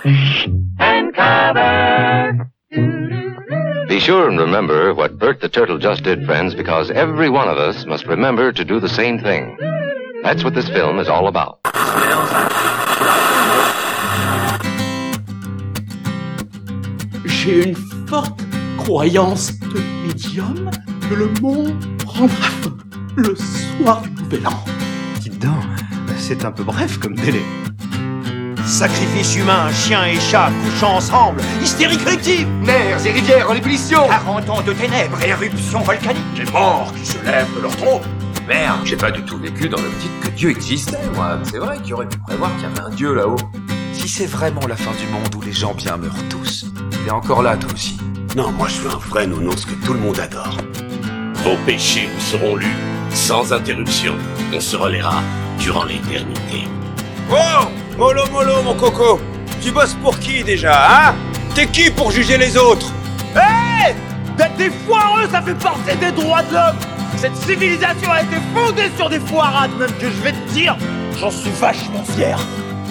and cover. Be sure and remember what Bert the Turtle just did, friends, because every one of us must remember to do the same thing. That's what this film is all about. J'ai une forte croyance de médium que le monde prendra fin le soir du Nouvel An. Dites donc, c'est un peu bref comme délai. Sacrifice humain, chien et chat couchant ensemble, hystérie collective, Mers et rivières en ébullition, 40 ans de ténèbres, éruption volcanique, des morts qui se lèvent de leur trompe. Merde, j'ai pas du tout vécu dans l'optique que Dieu existait, moi. C'est vrai qu'il aurait pu prévoir qu'il y avait un Dieu là-haut. Si c'est vraiment la fin du monde où les gens bien meurent tous, t'es encore là toi aussi. Non, moi je veux un vrai nounours que tout le monde adore. Vos péchés vous seront lus sans interruption. On se relaiera durant l'éternité. Oh, mollo mollo mon coco, tu bosses pour qui déjà, hein? T'es qui pour juger les autres? Hé, d'être des foireux, ça fait partie des droits de l'homme. Cette civilisation a été fondée sur des foirades, même que je vais te dire, j'en suis vachement fier.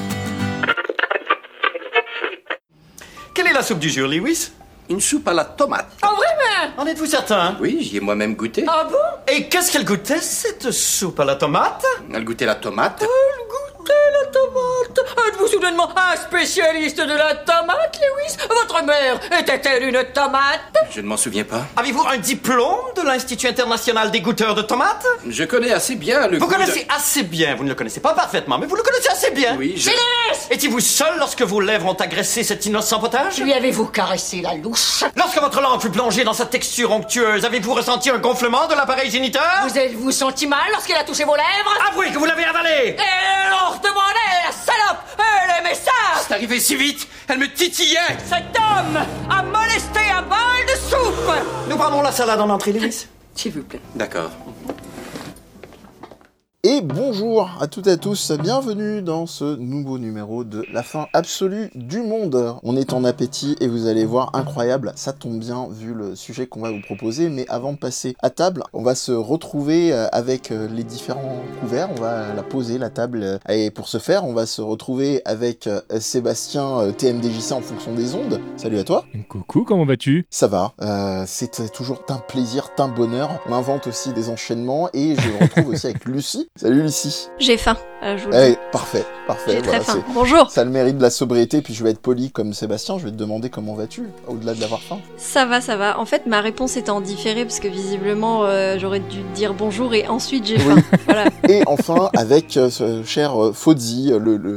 Quelle est la soupe du jour, Lewis? Une soupe à la tomate. Oh vraiment? En êtes-vous certain? Oui, j'y ai moi-même goûté. Ah bon? Et qu'est-ce qu'elle goûtait, cette soupe à la tomate? Elle goûtait la tomate. Goûtez la tomate. Êtes-vous soudainement un spécialiste de la tomate, Lewis? Votre mère était-elle une tomate? Je ne m'en souviens pas. Avez-vous un diplôme de l'Institut international des goûteurs de tomates? Je connais assez bien le Vous goût connaissez assez bien, vous ne le connaissez pas parfaitement, mais vous le connaissez assez bien. Oui, je... Silence! Étiez-vous seul lorsque vos lèvres ont agressé cet innocent potage? Lui avez-vous caressé la louche? Lorsque votre langue fut plongée dans sa texture onctueuse, avez-vous ressenti un gonflement de l'appareil géniteur? Vous êtes-vous senti mal lorsqu'elle a touché vos lèvres? Avouez que vous l'avez avalé! Et alors demandez, la salope! Elle aimait ça! C'est arrivé si vite, elle me titillait. Cet homme a molesté un bol de soupe! Nous prenons la salade en entrée, Lewis. S'il vous plaît. D'accord. Et bonjour à toutes et à tous, bienvenue dans ce nouveau numéro de La fin absolue du monde. On est en appétit et vous allez voir, incroyable, ça tombe bien vu le sujet qu'on va vous proposer, mais avant de passer à table, on va se retrouver avec les différents couverts, on va la poser, la table, et pour ce faire, on va se retrouver avec Sébastien, TMDJC en fonction des ondes. Salut à toi. Coucou, comment vas-tu? Ça va, c'est toujours un plaisir, un bonheur, on invente aussi des enchaînements, et je me retrouve aussi avec Lucie. Salut Lucie. J'ai faim, je vous le dis. Parfait. J'ai voilà, très faim. Bonjour. Ça a le mérite de la sobriété, puis je vais être poli comme Sébastien, je vais te demander comment vas-tu, au-delà de d'avoir faim. Ça va. En fait, ma réponse était en différé, parce que visiblement, j'aurais dû dire bonjour et ensuite j'ai faim. Voilà. Et enfin, avec ce cher Fozzy,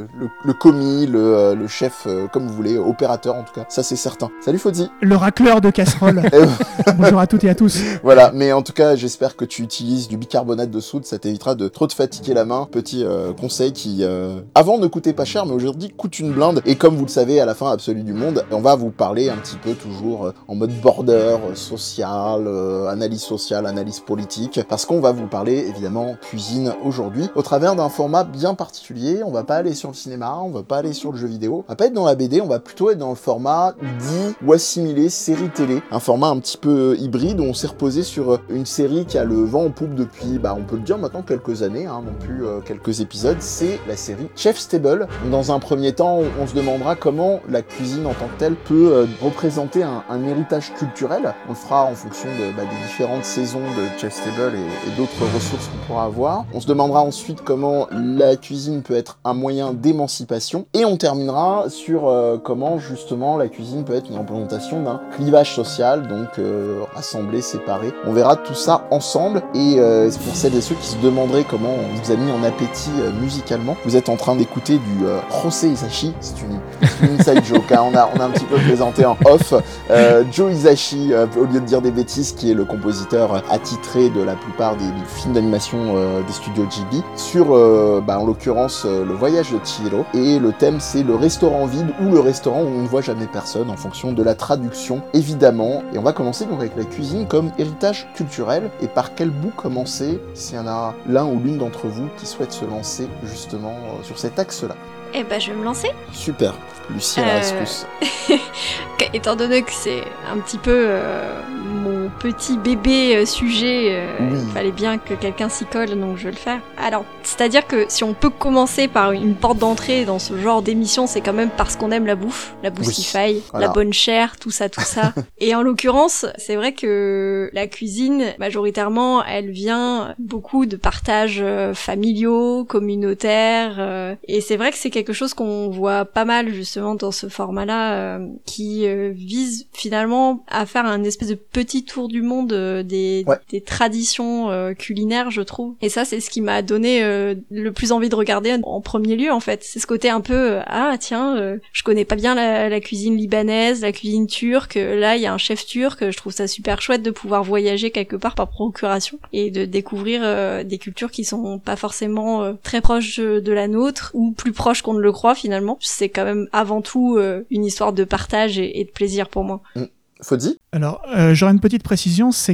le commis, le chef, comme vous voulez, opérateur en tout cas, ça c'est certain. Salut Fozzy. Le racleur de casserole. Bonjour à toutes et à tous. Voilà, mais en tout cas, j'espère que tu utilises du bicarbonate de soude, ça t'évitera de trop te fatiguer la main. Petit conseil qui, avant ne coûtait pas cher, mais aujourd'hui coûte une blinde. Et comme vous le savez, à la fin absolue du monde, on va vous parler un petit peu toujours en mode border, social, analyse politique, parce qu'on va vous parler évidemment cuisine aujourd'hui, au travers d'un format bien particulier. On va pas aller sur le cinéma, on va pas aller sur le jeu vidéo, on va pas être dans la BD, on va plutôt être dans le format dit ou assimilé série télé, un format un petit peu hybride où on s'est reposé sur une série qui a le vent en poupe depuis, on peut le dire maintenant, quelques années, non plus quelques épisodes, c'est la série Chef's Table. Dans un premier temps, on se demandera comment la cuisine en tant que telle peut représenter un héritage culturel. On le fera en fonction des différentes saisons de Chef's Table et d'autres ressources qu'on pourra avoir. On se demandera ensuite comment la cuisine peut être un moyen d'émancipation. Et on terminera sur comment justement la cuisine peut être une représentation d'un clivage social, donc rassemblé, séparé. On verra tout ça ensemble. Et pour celles et ceux qui se demanderaient comment on vous a mis en appétit musicalement, vous êtes en train d'écouter du José Hisaishi, c'est une inside joke, hein. on a un petit peu présenté en off, Joe Hisaishi, au lieu de dire des bêtises, qui est le compositeur attitré de la plupart des films d'animation des studios Ghibli, sur en l'occurrence Le Voyage de Chihiro, et le thème c'est le restaurant vide ou le restaurant où on ne voit jamais personne, en fonction de la traduction évidemment. Et on va commencer donc avec la cuisine comme héritage culturel. Et par quel bout commencer, s'il y en a l'un ou l'une d'entre vous qui souhaite se lancer justement sur cet axe-là? Eh ben, je vais me lancer. Super, Lucie à la rescousse. Étant donné que c'est un petit peu petit bébé sujet, fallait bien que quelqu'un s'y colle, donc je vais le faire. Alors, c'est-à-dire que si on peut commencer par une porte d'entrée dans ce genre d'émission, c'est quand même parce qu'on aime la bouffe-faille, voilà. la bonne chair, tout ça. Et en l'occurrence, c'est vrai que la cuisine, majoritairement, elle vient beaucoup de partages familiaux, communautaires, et c'est vrai que c'est quelque chose qu'on voit pas mal justement dans ce format-là, qui vise finalement à faire un espèce de petit tour du monde des traditions culinaires, je trouve. Et ça, c'est ce qui m'a donné le plus envie de regarder en premier lieu, en fait. C'est ce côté un peu je connais pas bien la cuisine libanaise, la cuisine turque. Là, il y a un chef turc. Je trouve ça super chouette de pouvoir voyager quelque part par procuration et de découvrir des cultures qui sont pas forcément très proches de la nôtre ou plus proches qu'on ne le croit finalement. C'est quand même avant tout une histoire de partage et de plaisir pour moi. Fodzi ? Alors, j'aurais une petite précision, c'est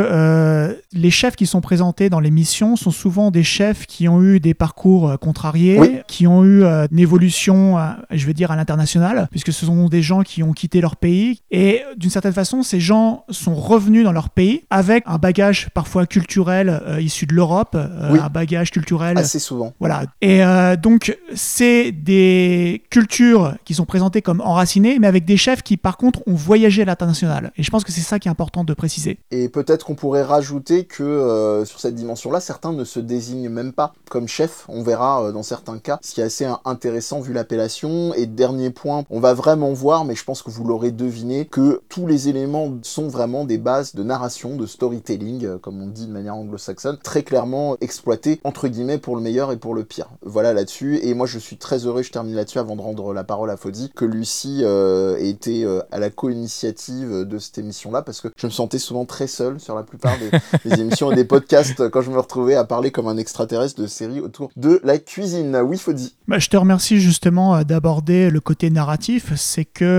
que les chefs qui sont présentés dans l'émission sont souvent des chefs qui ont eu des parcours contrariés, qui ont eu une évolution, je vais dire, à l'international, puisque ce sont des gens qui ont quitté leur pays. Et d'une certaine façon, ces gens sont revenus dans leur pays avec un bagage parfois culturel issu de l'Europe, un bagage culturel... Assez souvent. Voilà. Et donc, c'est des cultures qui sont présentées comme enracinées, mais avec des chefs qui, par contre, ont voyagé à l'international. Et je pense que c'est ça qui est important de préciser. Et peut-être qu'on pourrait rajouter que sur cette dimension-là, certains ne se désignent même pas comme chef. On verra dans certains cas, ce qui est assez intéressant vu l'appellation. Et dernier point, on va vraiment voir, mais je pense que vous l'aurez deviné, que tous les éléments sont vraiment des bases de narration, de storytelling, comme on dit de manière anglo-saxonne, très clairement exploités, entre guillemets, pour le meilleur et pour le pire. Voilà là-dessus. Et moi, je suis très heureux, je termine là-dessus avant de rendre la parole à Fodzi, que Lucie ait été à la co-initiative de cette émission-là, parce que je me sentais souvent très seul sur la plupart des émissions et des podcasts quand je me retrouvais à parler comme un extraterrestre de séries autour de la cuisine. Oui, Fodzi. Je te remercie justement d'aborder le côté narratif. C'est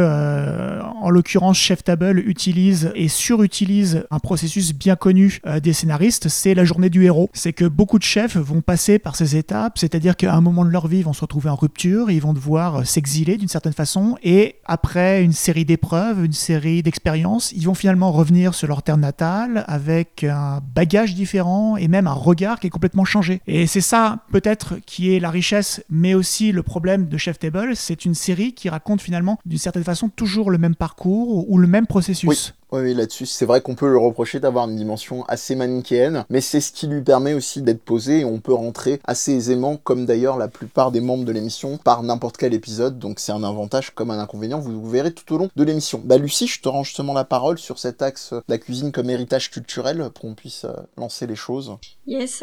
que, en l'occurrence, Chef Table utilise et surutilise un processus bien connu des scénaristes, c'est la journée du héros. C'est que beaucoup de chefs vont passer par ces étapes, c'est-à-dire qu'à un moment de leur vie, ils vont se retrouver en rupture, ils vont devoir s'exiler d'une certaine façon, et après une série d'épreuves, une série d'expériences, ils vont finalement revenir sur leur terre natale avec un bagage différent et même un regard qui est complètement changé. Et c'est ça peut-être qui est la richesse, mais aussi le problème de Chef Table. C'est une série qui raconte finalement d'une certaine façon toujours le même parcours ou le même processus. Oui, là-dessus, c'est vrai qu'on peut le reprocher d'avoir une dimension assez manichéenne, mais c'est ce qui lui permet aussi d'être posé, et on peut rentrer assez aisément, comme d'ailleurs la plupart des membres de l'émission, par n'importe quel épisode, donc c'est un avantage comme un inconvénient, vous verrez tout au long de l'émission. Lucie, je te rends justement la parole sur cet axe de la cuisine comme héritage culturel, pour qu'on puisse lancer les choses. Yes,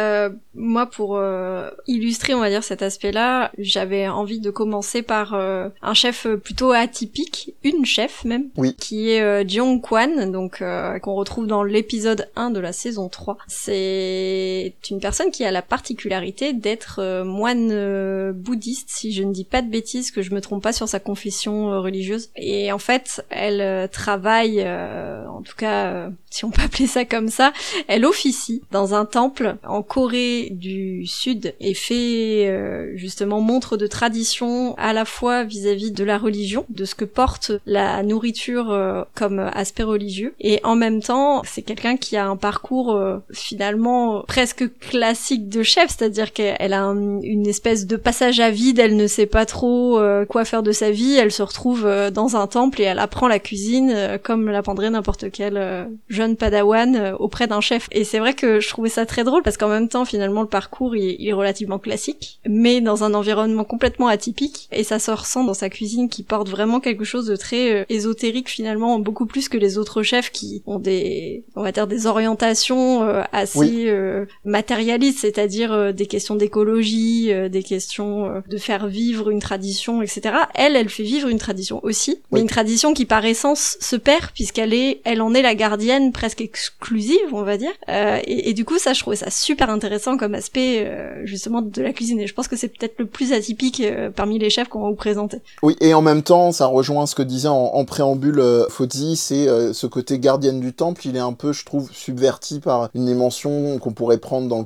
moi pour illustrer, on va dire, cet aspect-là, j'avais envie de commencer par un chef plutôt atypique, une chef même, qui est Jeong Kwan, donc qu'on retrouve dans l'épisode 1 de la saison 3. C'est une personne qui a la particularité d'être moine bouddhiste, si je ne dis pas de bêtises, que je me trompe pas sur sa confession religieuse. Et en fait, elle travaille, en tout cas, si on peut appeler ça comme ça, elle officie dans un temple en Corée du Sud et fait justement montre de tradition à la fois vis-à-vis de la religion, de ce que porte la nourriture comme aspect religieux, et en même temps c'est quelqu'un qui a un parcours finalement presque classique de chef, c'est-à-dire qu'elle a une espèce de passage à vide, elle ne sait pas trop quoi faire de sa vie, elle se retrouve dans un temple et elle apprend la cuisine comme l'apprendrait n'importe quel jeune padawan auprès d'un chef. Et c'est vrai que je trouvais ça très drôle parce qu'en même temps finalement le parcours il est relativement classique, mais dans un environnement complètement atypique, et ça se ressent dans sa cuisine qui porte vraiment quelque chose de très ésotérique finalement, beaucoup plus que les autres chefs qui ont on va dire des orientations assez matérialistes, c'est-à-dire des questions d'écologie, des questions de faire vivre une tradition, etc. Elle fait vivre une tradition aussi, mais une tradition qui par essence se perd elle en est la gardienne presque exclusive, on va dire. Et du coup, ça, je trouvais ça super intéressant comme aspect justement de la cuisine. Et je pense que c'est peut-être le plus atypique parmi les chefs qu'on va vous présenter. Oui, et en même temps, ça rejoint ce que disait en préambule Fodzi, c'est ce côté gardienne du temple, il est un peu, je trouve, subverti par une dimension qu'on pourrait prendre dans le côté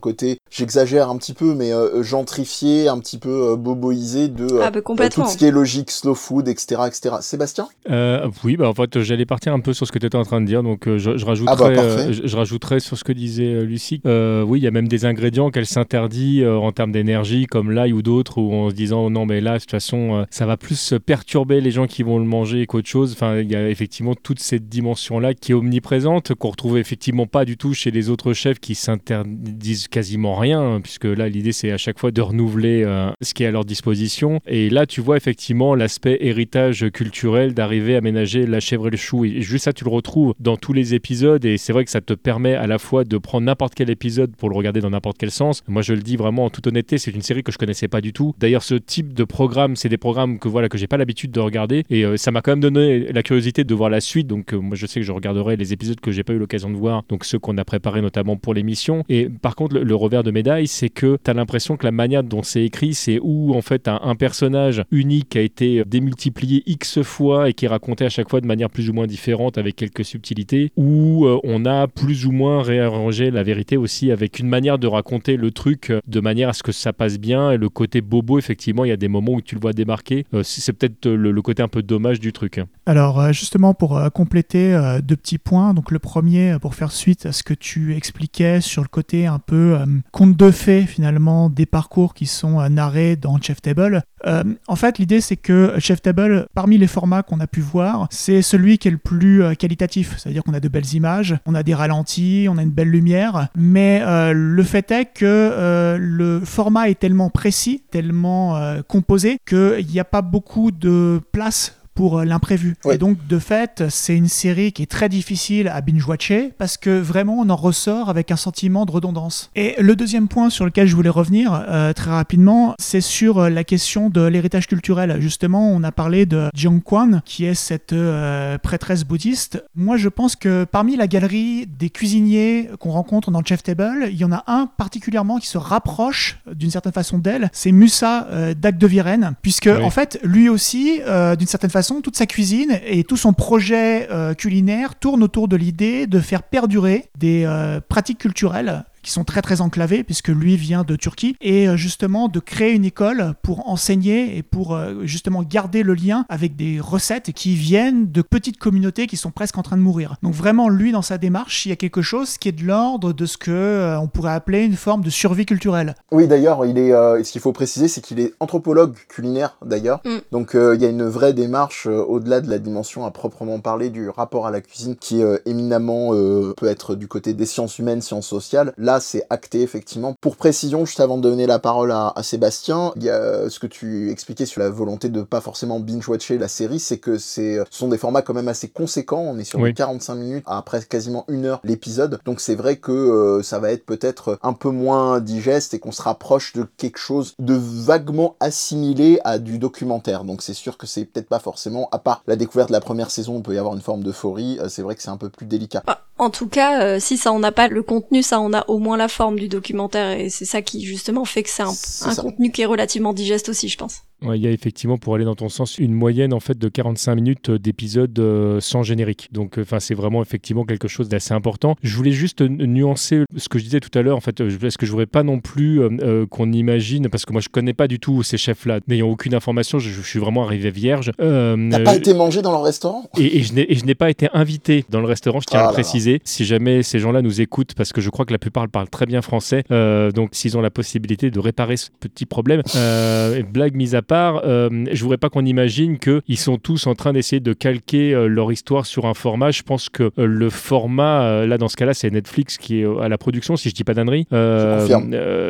j'exagère un petit peu, mais gentrifié, un petit peu boboisé de tout ce qui est logique, slow food, etc., etc. Sébastien ? Oui, en fait, j'allais partir un peu sur ce que tu étais en train de dire, donc je rajouterais sur ce que disait Lucie. Oui, il y a même des ingrédients qu'elle s'interdit en termes d'énergie, comme l'ail ou d'autres, où en se disant non, mais là, de toute façon, ça va plus perturber les gens qui vont le manger qu'autre chose. Enfin, il y a effectivement toute cette dimension-là qui est omniprésente, qu'on retrouve effectivement pas du tout chez les autres chefs qui s'interdisent quasiment rien, puisque là, l'idée, c'est à chaque fois de renouveler ce qui est à leur disposition. Et là, tu vois effectivement l'aspect héritage culturel d'arriver à ménager la chèvre et le chou. Et juste ça, tu le retrouves dans tous les épisodes. Et c'est vrai que ça te permet à la fois de prendre n'importe quel épisode pour le regarder dans n'importe quel sens. Moi, je le dis vraiment en toute honnêteté, c'est une série que je connaissais pas du tout. D'ailleurs, ce type de programme, c'est des programmes que j'ai pas l'habitude de regarder. Et ça m'a quand même donné la curiosité de voir la suite. Donc, moi, je sais que je regarderai les épisodes que j'ai pas eu l'occasion de voir. Donc, ceux qu'on a préparés notamment pour l'émission. Et par contre, le revers de médaille, c'est que tu as l'impression que la manière dont c'est écrit, c'est où en fait un personnage unique a été démultiplié X fois et qui est raconté à chaque fois de manière plus ou moins différente avec quelques subtilités, où on a plus ou moins réarrangé la vérité aussi avec une manière de raconter le truc de manière à ce que ça passe bien. Et le côté bobo, effectivement, il y a des moments où tu le vois démarquer. C'est peut-être le côté un peu dommage du truc. Alors justement, pour compléter deux petits points. Donc le premier, pour faire suite à ce que tu expliquais sur le côté un peu conte de fées finalement des parcours qui sont narrés dans Chef Table. En fait, l'idée c'est que Chef Table, parmi les formats qu'on a pu voir, c'est celui qui est le plus qualitatif. C'est-à-dire qu'on a de belles images, on a des ralentis, on a une belle lumière, mais le fait est que le format est tellement précis, tellement composé, qu'il n'y a pas beaucoup de place pour l'imprévu. Ouais. Et donc, de fait, c'est une série qui est très difficile à binge-watcher parce que vraiment, on en ressort avec un sentiment de redondance. Et le deuxième point sur lequel je voulais revenir très rapidement, c'est sur la question de l'héritage culturel. Justement, on a parlé de Jiang Quan, qui est cette prêtresse bouddhiste. Moi, je pense que parmi la galerie des cuisiniers qu'on rencontre dans Chef Table, il y en a un particulièrement qui se rapproche d'une certaine façon d'elle, c'est Musa Dagdeviren, puisque en fait, lui aussi, d'une certaine façon, toute sa cuisine et tout son projet culinaire tourne autour de l'idée de faire perdurer des pratiques culturelles qui sont très très enclavés puisque lui vient de Turquie et justement de créer une école pour enseigner et pour justement garder le lien avec des recettes qui viennent de petites communautés qui sont presque en train de mourir. Donc vraiment lui dans sa démarche il y a quelque chose qui est de l'ordre de ce que on pourrait appeler une forme de survie culturelle. Oui d'ailleurs il est ce qu'il faut préciser c'est qu'il est anthropologue culinaire d'ailleurs donc il y a une vraie démarche au-delà de la dimension à proprement parler du rapport à la cuisine qui éminemment peut être du côté des sciences humaines, sciences sociales. Là c'est acté effectivement. Pour précision, juste avant de donner la parole à Sébastien, il y a ce que tu expliquais sur la volonté de pas forcément binge-watcher la série, c'est que ce sont des formats quand même assez conséquents, on est sur 45 minutes à presque quasiment 1 heure l'épisode, donc c'est vrai que ça va être peut-être un peu moins digeste et qu'on se rapproche de quelque chose de vaguement assimilé à du documentaire, donc c'est sûr que c'est peut-être pas forcément, à part la découverte de la première saison, on peut y avoir une forme d'euphorie, c'est vrai que c'est un peu plus délicat. En tout cas, si ça on n'a pas le contenu, ça on a au moins la forme du documentaire et c'est ça qui justement fait que c'est un contenu qui est relativement digeste aussi, je pense. Ouais, il y a effectivement, pour aller dans ton sens, une moyenne en fait de 45 minutes d'épisodes sans générique. Donc, c'est vraiment effectivement quelque chose d'assez important. Je voulais juste nuancer ce que je disais tout à l'heure, en fait, parce que je voudrais pas non plus qu'on imagine, parce que moi je connais pas du tout ces chefs-là, n'ayant aucune information, je suis vraiment arrivé vierge. T'as pas été mangé dans leur restaurant ? Et je n'ai pas été invité dans le restaurant, je tiens à le préciser. Si jamais ces gens-là nous écoutent, parce que je crois que la plupart parlent très bien français, donc s'ils ont la possibilité de réparer ce petit problème, blague mise à part, je voudrais pas qu'on imagine qu'ils sont tous en train d'essayer de calquer leur histoire sur un format. Je pense que le format, là dans ce cas-là, c'est Netflix qui est à la production, si je dis pas d'ânerie. Je confirme.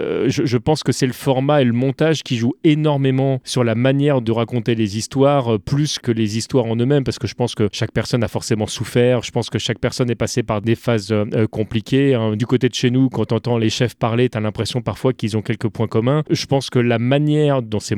Je pense que c'est le format et le montage qui jouent énormément sur la manière de raconter les histoires, plus que les histoires en eux-mêmes, parce que je pense que chaque personne a forcément souffert. Je pense que chaque personne est passée par des phases compliquées. Hein. Du côté de chez nous, quand t'entends les chefs parler, t'as l'impression parfois qu'ils ont quelques points communs. Je pense que la manière dont c'est monté, tout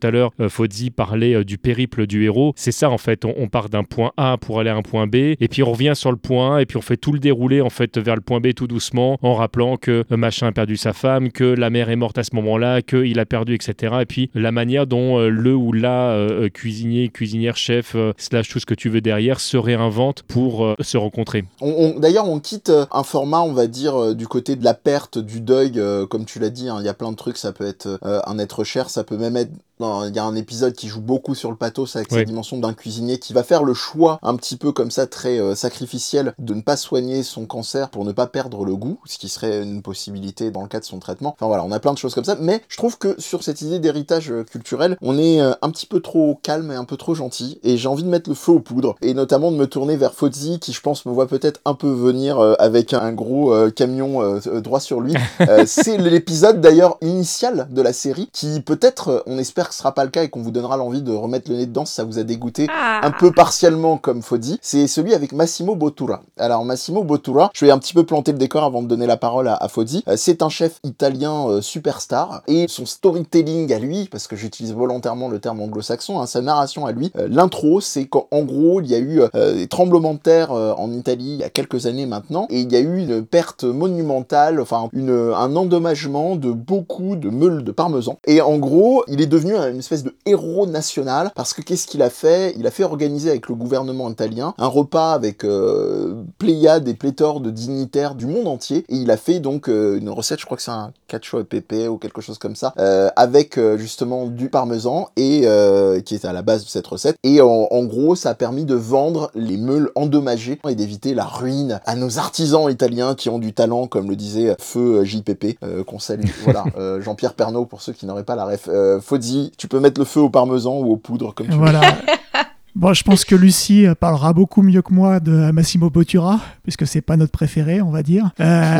à l'heure, Fozzie parlait du périple du héros. C'est ça en fait, on part d'un point A pour aller à un point B, et puis on revient sur le point A, et puis on fait tout le déroulé en fait vers le point B tout doucement, en rappelant que machin a perdu sa femme, que la mère est morte à ce moment-là, qu'il a perdu, etc. Et puis la manière dont le ou la cuisinier, cuisinière, chef, slash tout ce que tu veux derrière, se réinvente pour se rencontrer. D'ailleurs, on quitte un format, on va dire, du côté de la perte, du deuil, comme tu l'as dit, hein, y a plein de trucs, ça peut être un être cher, ça peut même être... Il y a un épisode qui joue beaucoup sur le pathos avec cette dimension d'un cuisinier qui va faire le choix un petit peu comme ça très sacrificiel de ne pas soigner son cancer pour ne pas perdre le goût, ce qui serait une possibilité dans le cas de son traitement. Enfin voilà, on a plein de choses comme ça, mais je trouve que sur cette idée d'héritage culturel, on est un petit peu trop calme et un peu trop gentil, et j'ai envie de mettre le feu aux poudres, et notamment de me tourner vers Fozzie qui je pense me voit peut-être un peu venir avec un gros camion droit sur lui. C'est l'épisode d'ailleurs initial de la série qui peut-être, on espère que ce sera pas le cas et qu'on vous donnera l'envie de remettre le nez dedans si ça vous a dégoûté un peu partiellement comme Fozzie. C'est celui avec Massimo Bottura. Alors Massimo Bottura, je vais un petit peu planter le décor avant de donner la parole à Fozzie. C'est un chef italien superstar, et son storytelling à lui, parce que j'utilise volontairement le terme anglo-saxon, hein, sa narration à lui, l'intro, c'est qu'en gros il y a eu des tremblements de terre en Italie il y a quelques années maintenant, et il y a eu une perte monumentale, enfin un endommagement de beaucoup de meules de parmesan, et en gros il est devenu une espèce de héros national, parce que qu'est-ce qu'il a fait? Il a fait organiser avec le gouvernement italien un repas avec pléiade et pléthore de dignitaires du monde entier, et il a fait donc une recette, je crois que c'est un cacio e pepe ou quelque chose comme ça, avec justement du parmesan, et qui est à la base de cette recette, et en gros ça a permis de vendre les meules endommagées et d'éviter la ruine à nos artisans italiens qui ont du talent, comme le disait Feu JPP, qu'on salue. Voilà, Jean-Pierre Pernaut pour ceux qui n'auraient pas la ref. Fozzie, tu peux mettre le feu au parmesan ou aux poudres comme tu veux. Voilà. Bon, je pense que Lucie parlera beaucoup mieux que moi de Massimo Bottura, puisque c'est pas notre préféré, on va dire.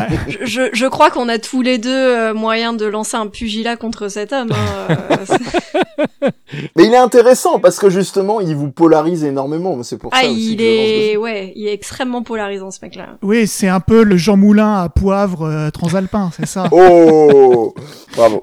Je crois qu'on a tous les deux moyen de lancer un pugilat contre cet homme. Mais il est intéressant parce que justement, il vous polarise énormément. C'est pour ça aussi il est extrêmement polarisant ce mec-là. Oui, c'est un peu le Jean Moulin à poivre transalpin, c'est ça. Oh, bravo.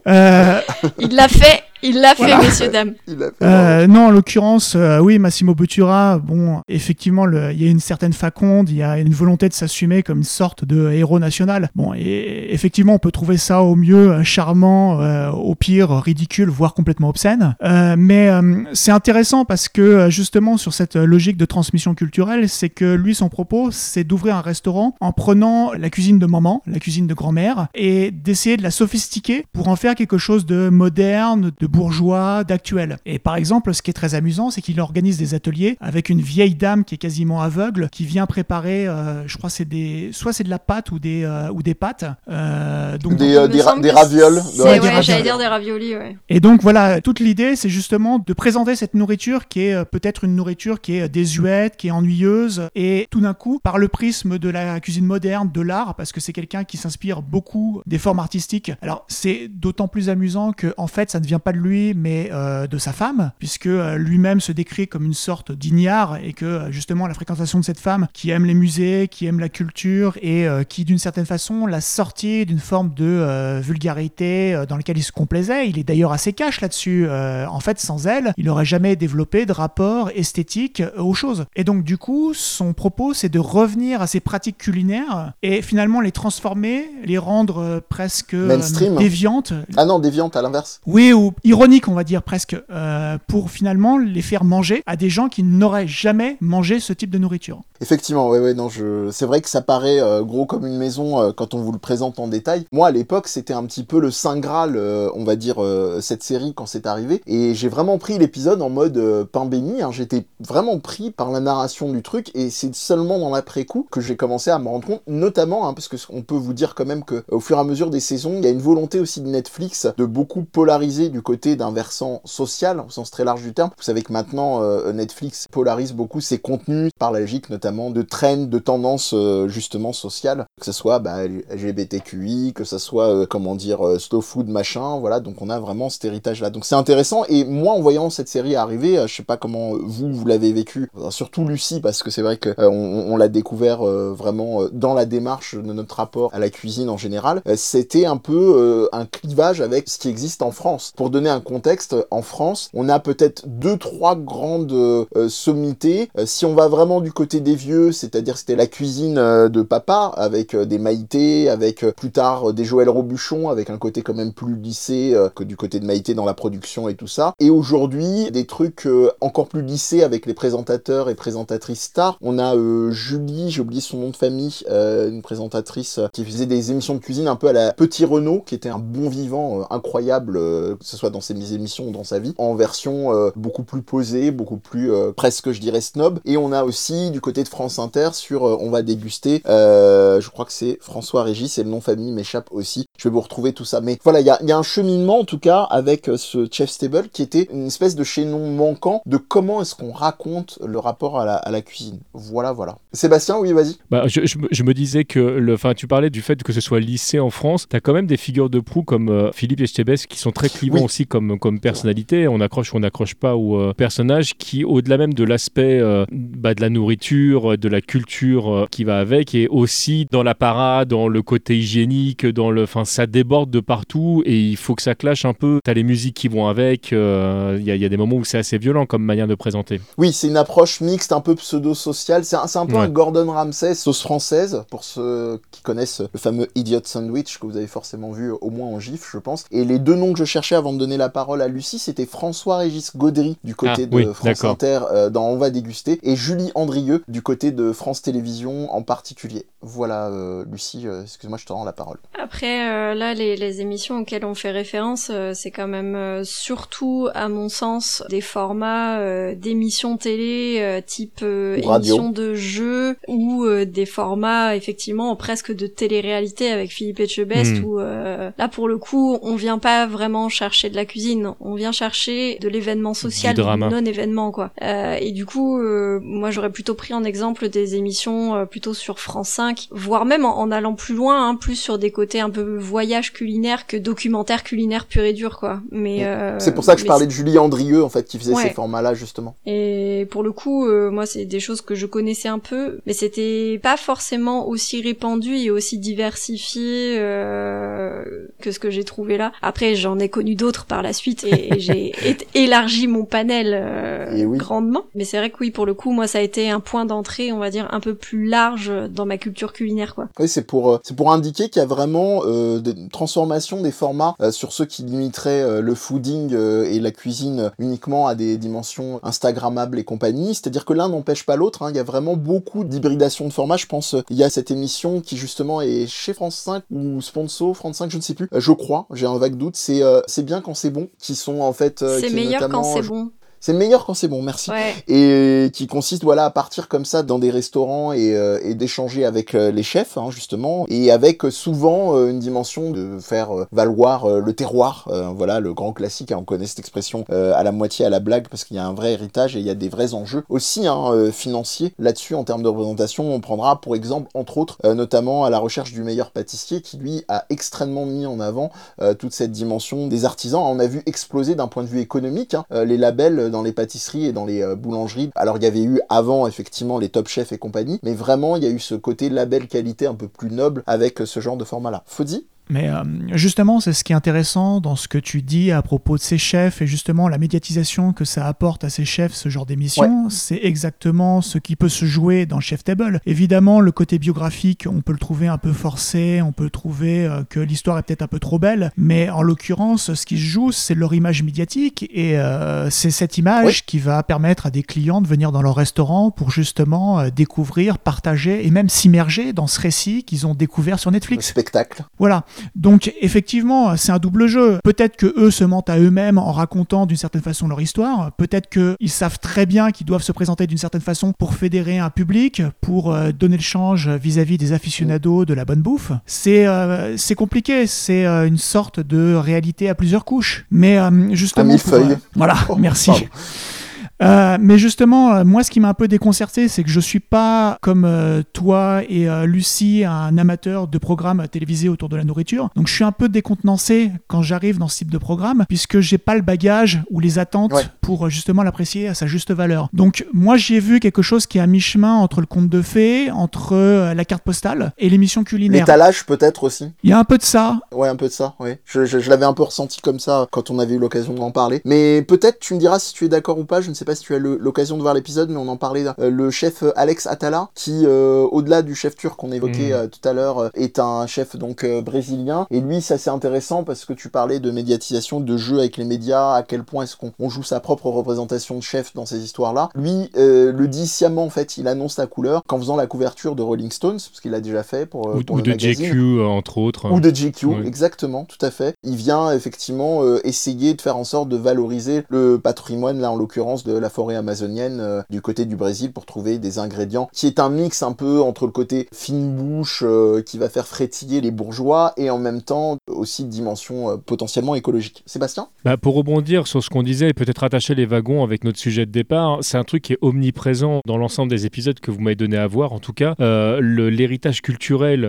Il l'a fait. Il l'a fait, messieurs, dames. Non, en l'occurrence, oui, Massimo Bottura, bon, effectivement, il y a une certaine faconde, il y a une volonté de s'assumer comme une sorte de héros national. Bon, et effectivement, on peut trouver ça au mieux charmant, au pire ridicule, voire complètement obscène. Mais c'est intéressant parce que, justement, sur cette logique de transmission culturelle, c'est que lui, son propos, c'est d'ouvrir un restaurant en prenant la cuisine de maman, la cuisine de grand-mère, et d'essayer de la sophistiquer pour en faire quelque chose de moderne, de bourgeois, d'actuel. Et par exemple, ce qui est très amusant, c'est qu'il organise des ateliers avec une vieille dame qui est quasiment aveugle, qui vient préparer, je crois, soit c'est de la pâte ou des pâtes. Donc des ravioles. J'allais dire des raviolis, ouais. Et donc voilà, toute l'idée, c'est justement de présenter cette nourriture qui est peut-être une nourriture qui est désuète, qui est ennuyeuse, et tout d'un coup, par le prisme de la cuisine moderne, de l'art, parce que c'est quelqu'un qui s'inspire beaucoup des formes artistiques. Alors, c'est d'autant plus amusant que, en fait, ça ne vient pas de lui, mais de sa femme, puisque lui-même se décrit comme une sorte d'ignare, et que justement la fréquentation de cette femme qui aime les musées, qui aime la culture, et qui d'une certaine façon l'a sorti d'une forme de vulgarité dans laquelle il se complaisait. Il est d'ailleurs assez cash là-dessus. En fait, sans elle, il n'aurait jamais développé de rapport esthétique aux choses. Et donc du coup, son propos, c'est de revenir à ses pratiques culinaires et finalement les transformer, les rendre presque déviantes. Ah non, déviantes à l'inverse. Oui, ou ironique, on va dire presque, pour finalement les faire manger à des gens qui n'auraient jamais mangé ce type de nourriture. Effectivement, c'est vrai que ça paraît gros comme une maison quand on vous le présente en détail. Moi, à l'époque, c'était un petit peu le Saint Graal, on va dire, cette série quand c'est arrivé. Et j'ai vraiment pris l'épisode en mode pain béni. Hein. J'étais vraiment pris par la narration du truc, et c'est seulement dans l'après-coup que j'ai commencé à me rendre compte, notamment, parce qu'on peut vous dire quand même qu'au fur et à mesure des saisons, il y a une volonté aussi de Netflix de beaucoup polariser du côté d'un versant social, au sens très large du terme. Vous savez que maintenant, Netflix polarise beaucoup ses contenus par la logique notamment de trends, de tendances justement sociales. que ce soit LGBTQI, que ce soit slow food machin, voilà, donc on a vraiment cet héritage là. Donc c'est intéressant, et moi en voyant cette série arriver, je sais pas comment vous l'avez vécu, surtout Lucie, parce que c'est vrai que on l'a découvert vraiment dans la démarche de notre rapport à la cuisine en général, c'était un peu un clivage avec ce qui existe en France. Pour donner un contexte, en France, on a peut-être 2-3 grandes sommités. Si on va vraiment du côté des vieux, c'est-à-dire c'était la cuisine de papa, avec des Maïté, avec plus tard des Joël Robuchon, avec un côté quand même plus lissé que du côté de Maïté dans la production et tout ça. Et aujourd'hui, des trucs encore plus lissés avec les présentateurs et présentatrices stars. On a Julie, j'ai oublié son nom de famille, une présentatrice qui faisait des émissions de cuisine un peu à la Petit Renaud, qui était un bon vivant incroyable, que ce soit dans ses émissions ou dans sa vie, en version beaucoup plus posée, beaucoup plus presque, je dirais, snob. Et on a aussi du côté de France Inter sur on va déguster, je crois que c'est François Régis, et le nom de famille m'échappe aussi, je vais vous retrouver tout ça. Mais voilà, il y a un cheminement en tout cas avec ce Chef's Table qui était une espèce de chaînon manquant de comment est-ce qu'on raconte le rapport à la cuisine. Voilà. Sébastien, oui, vas-y. Je me disais que, tu parlais du fait que ce soit lissé en France, t'as quand même des figures de proue comme Philippe Etchebest qui sont très clivants aussi comme personnalité. On accroche ou on n'accroche pas aux personnages qui, au-delà même de l'aspect de la nourriture, de la culture qui va avec, et aussi dans la parade, dans le côté hygiénique, ça déborde de partout et il faut que ça clash un peu. T'as les musiques qui vont avec, y a des moments où c'est assez violent comme manière de présenter. Oui, c'est une approche mixte, un peu pseudo-sociale. C'est un peu un Gordon Ramsay sauce française, pour ceux qui connaissent le fameux Idiot Sandwich que vous avez forcément vu au moins en gif, je pense. Et les deux noms que je cherchais avant de donner la parole à Lucie, c'était François-Régis Gaudry du côté de France Inter dans On va déguster, et Julie Andrieux du côté de France Télévisions en particulier. Voilà, Lucie, excuse-moi, je te rends la parole. Après, là, les émissions auxquelles on fait référence, c'est quand même surtout, à mon sens, des formats d'émissions télé type émissions de jeux, ou des formats, effectivement, presque de télé-réalité avec Philippe Etchebest, où là, pour le coup, on vient pas vraiment chercher de la cuisine, on vient chercher de l'événement social, du non-événement, quoi. Et du coup, moi, j'aurais plutôt pris en exemple des émissions plutôt sur France 5, voire même en allant plus loin, plus sur des côtés un peu voyage culinaire que documentaire culinaire pur et dur, quoi. Mais c'est pour ça que je parlais de Julie Andrieux, en fait, qui faisait ces formats-là, justement. Et pour le coup, moi, c'est des choses que je connaissais un peu, mais c'était pas forcément aussi répandu et aussi diversifié que ce que j'ai trouvé là. Après, j'en ai connu d'autres par la suite et j'ai élargi mon panel grandement. Mais c'est vrai que oui, pour le coup, moi, ça a été un point d'entrée, on va dire, un peu plus large dans ma culture culinaire, quoi. Oui, c'est pour indiquer qu'il y a vraiment une transformation des formats sur ceux qui limiteraient le fooding et la cuisine uniquement à des dimensions instagrammables et compagnie. C'est-à-dire que l'un n'empêche pas l'autre, il y a vraiment beaucoup d'hybridation de formats. Je pense il y a cette émission qui justement est chez France 5 ou sponsor France 5, je ne sais plus. Je crois, j'ai un vague doute. C'est bien quand c'est bon, qui sont en fait... c'est meilleur quand c'est bon. C'est meilleur quand c'est bon, merci. Et qui consiste, à partir comme ça dans des restaurants et d'échanger avec les chefs, justement, et avec souvent une dimension de faire valoir le terroir. Le grand classique, on connaît cette expression à la moitié à la blague, parce qu'il y a un vrai héritage et il y a des vrais enjeux aussi financiers là-dessus en termes de représentation. On prendra pour exemple, entre autres, notamment à la recherche du meilleur pâtissier, qui lui a extrêmement mis en avant toute cette dimension des artisans. On a vu exploser d'un point de vue économique les labels dans les pâtisseries et dans les boulangeries. Alors il y avait eu avant effectivement les Top Chef et compagnie, mais vraiment il y a eu ce côté label qualité un peu plus noble avec ce genre de format-là. Faudy ? Mais justement, c'est ce qui est intéressant dans ce que tu dis à propos de ces chefs et justement la médiatisation que ça apporte à ces chefs, ce genre d'émission, c'est exactement ce qui peut se jouer dans Chef's Table. Évidemment, le côté biographique, on peut le trouver un peu forcé, on peut trouver que l'histoire est peut-être un peu trop belle, mais en l'occurrence, ce qui se joue, c'est leur image médiatique et c'est cette image qui va permettre à des clients de venir dans leur restaurant pour justement découvrir, partager et même s'immerger dans ce récit qu'ils ont découvert sur Netflix. Le spectacle. Voilà. Donc effectivement, c'est un double jeu. Peut-être que eux se mentent à eux-mêmes en racontant d'une certaine façon leur histoire. Peut-être qu'ils savent très bien qu'ils doivent se présenter d'une certaine façon pour fédérer un public, pour donner le change vis-à-vis des aficionados de la bonne bouffe. C'est compliqué. C'est une sorte de réalité à plusieurs couches. Mais justement... Un millefeuille. Voilà, merci. Mais justement, moi, ce qui m'a un peu déconcerté, c'est que je suis pas comme toi et Lucie, un amateur de programmes télévisés autour de la nourriture. Donc, je suis un peu décontenancé quand j'arrive dans ce type de programme, puisque j'ai pas le bagage ou les attentes pour justement l'apprécier à sa juste valeur. Donc, moi, j'ai vu quelque chose qui est à mi-chemin entre le conte de fées, entre la carte postale et l'émission culinaire. L'étalage, peut-être aussi. Il y a un peu de ça. Ouais, un peu de ça, oui. Je l'avais un peu ressenti comme ça quand on avait eu l'occasion d'en parler. Mais peut-être, tu me diras si tu es d'accord ou pas, je ne sais pas si tu as l'occasion de voir l'épisode, mais on en parlait, le chef Alex Atala, qui, au-delà du chef turc qu'on évoquait tout à l'heure, est un chef donc brésilien. Et lui, c'est assez intéressant parce que tu parlais de médiatisation, de jeu avec les médias, à quel point est-ce qu'on joue sa propre représentation de chef dans ces histoires-là. Lui, le dit sciemment, en fait, il annonce la couleur qu'en faisant la couverture de Rolling Stones, parce qu'il l'a déjà fait pour ou le de magazine. GQ, entre autres. Ou de GQ, exactement, tout à fait. Il vient effectivement essayer de faire en sorte de valoriser le patrimoine, là en l'occurrence de la forêt amazonienne du côté du Brésil, pour trouver des ingrédients qui est un mix un peu entre le côté fine bouche qui va faire frétiller les bourgeois et en même temps aussi de dimension potentiellement écologique. Sébastien ? Pour rebondir sur ce qu'on disait et peut-être attacher les wagons avec notre sujet de départ, c'est un truc qui est omniprésent dans l'ensemble des épisodes que vous m'avez donné à voir. En tout cas, l'héritage culturel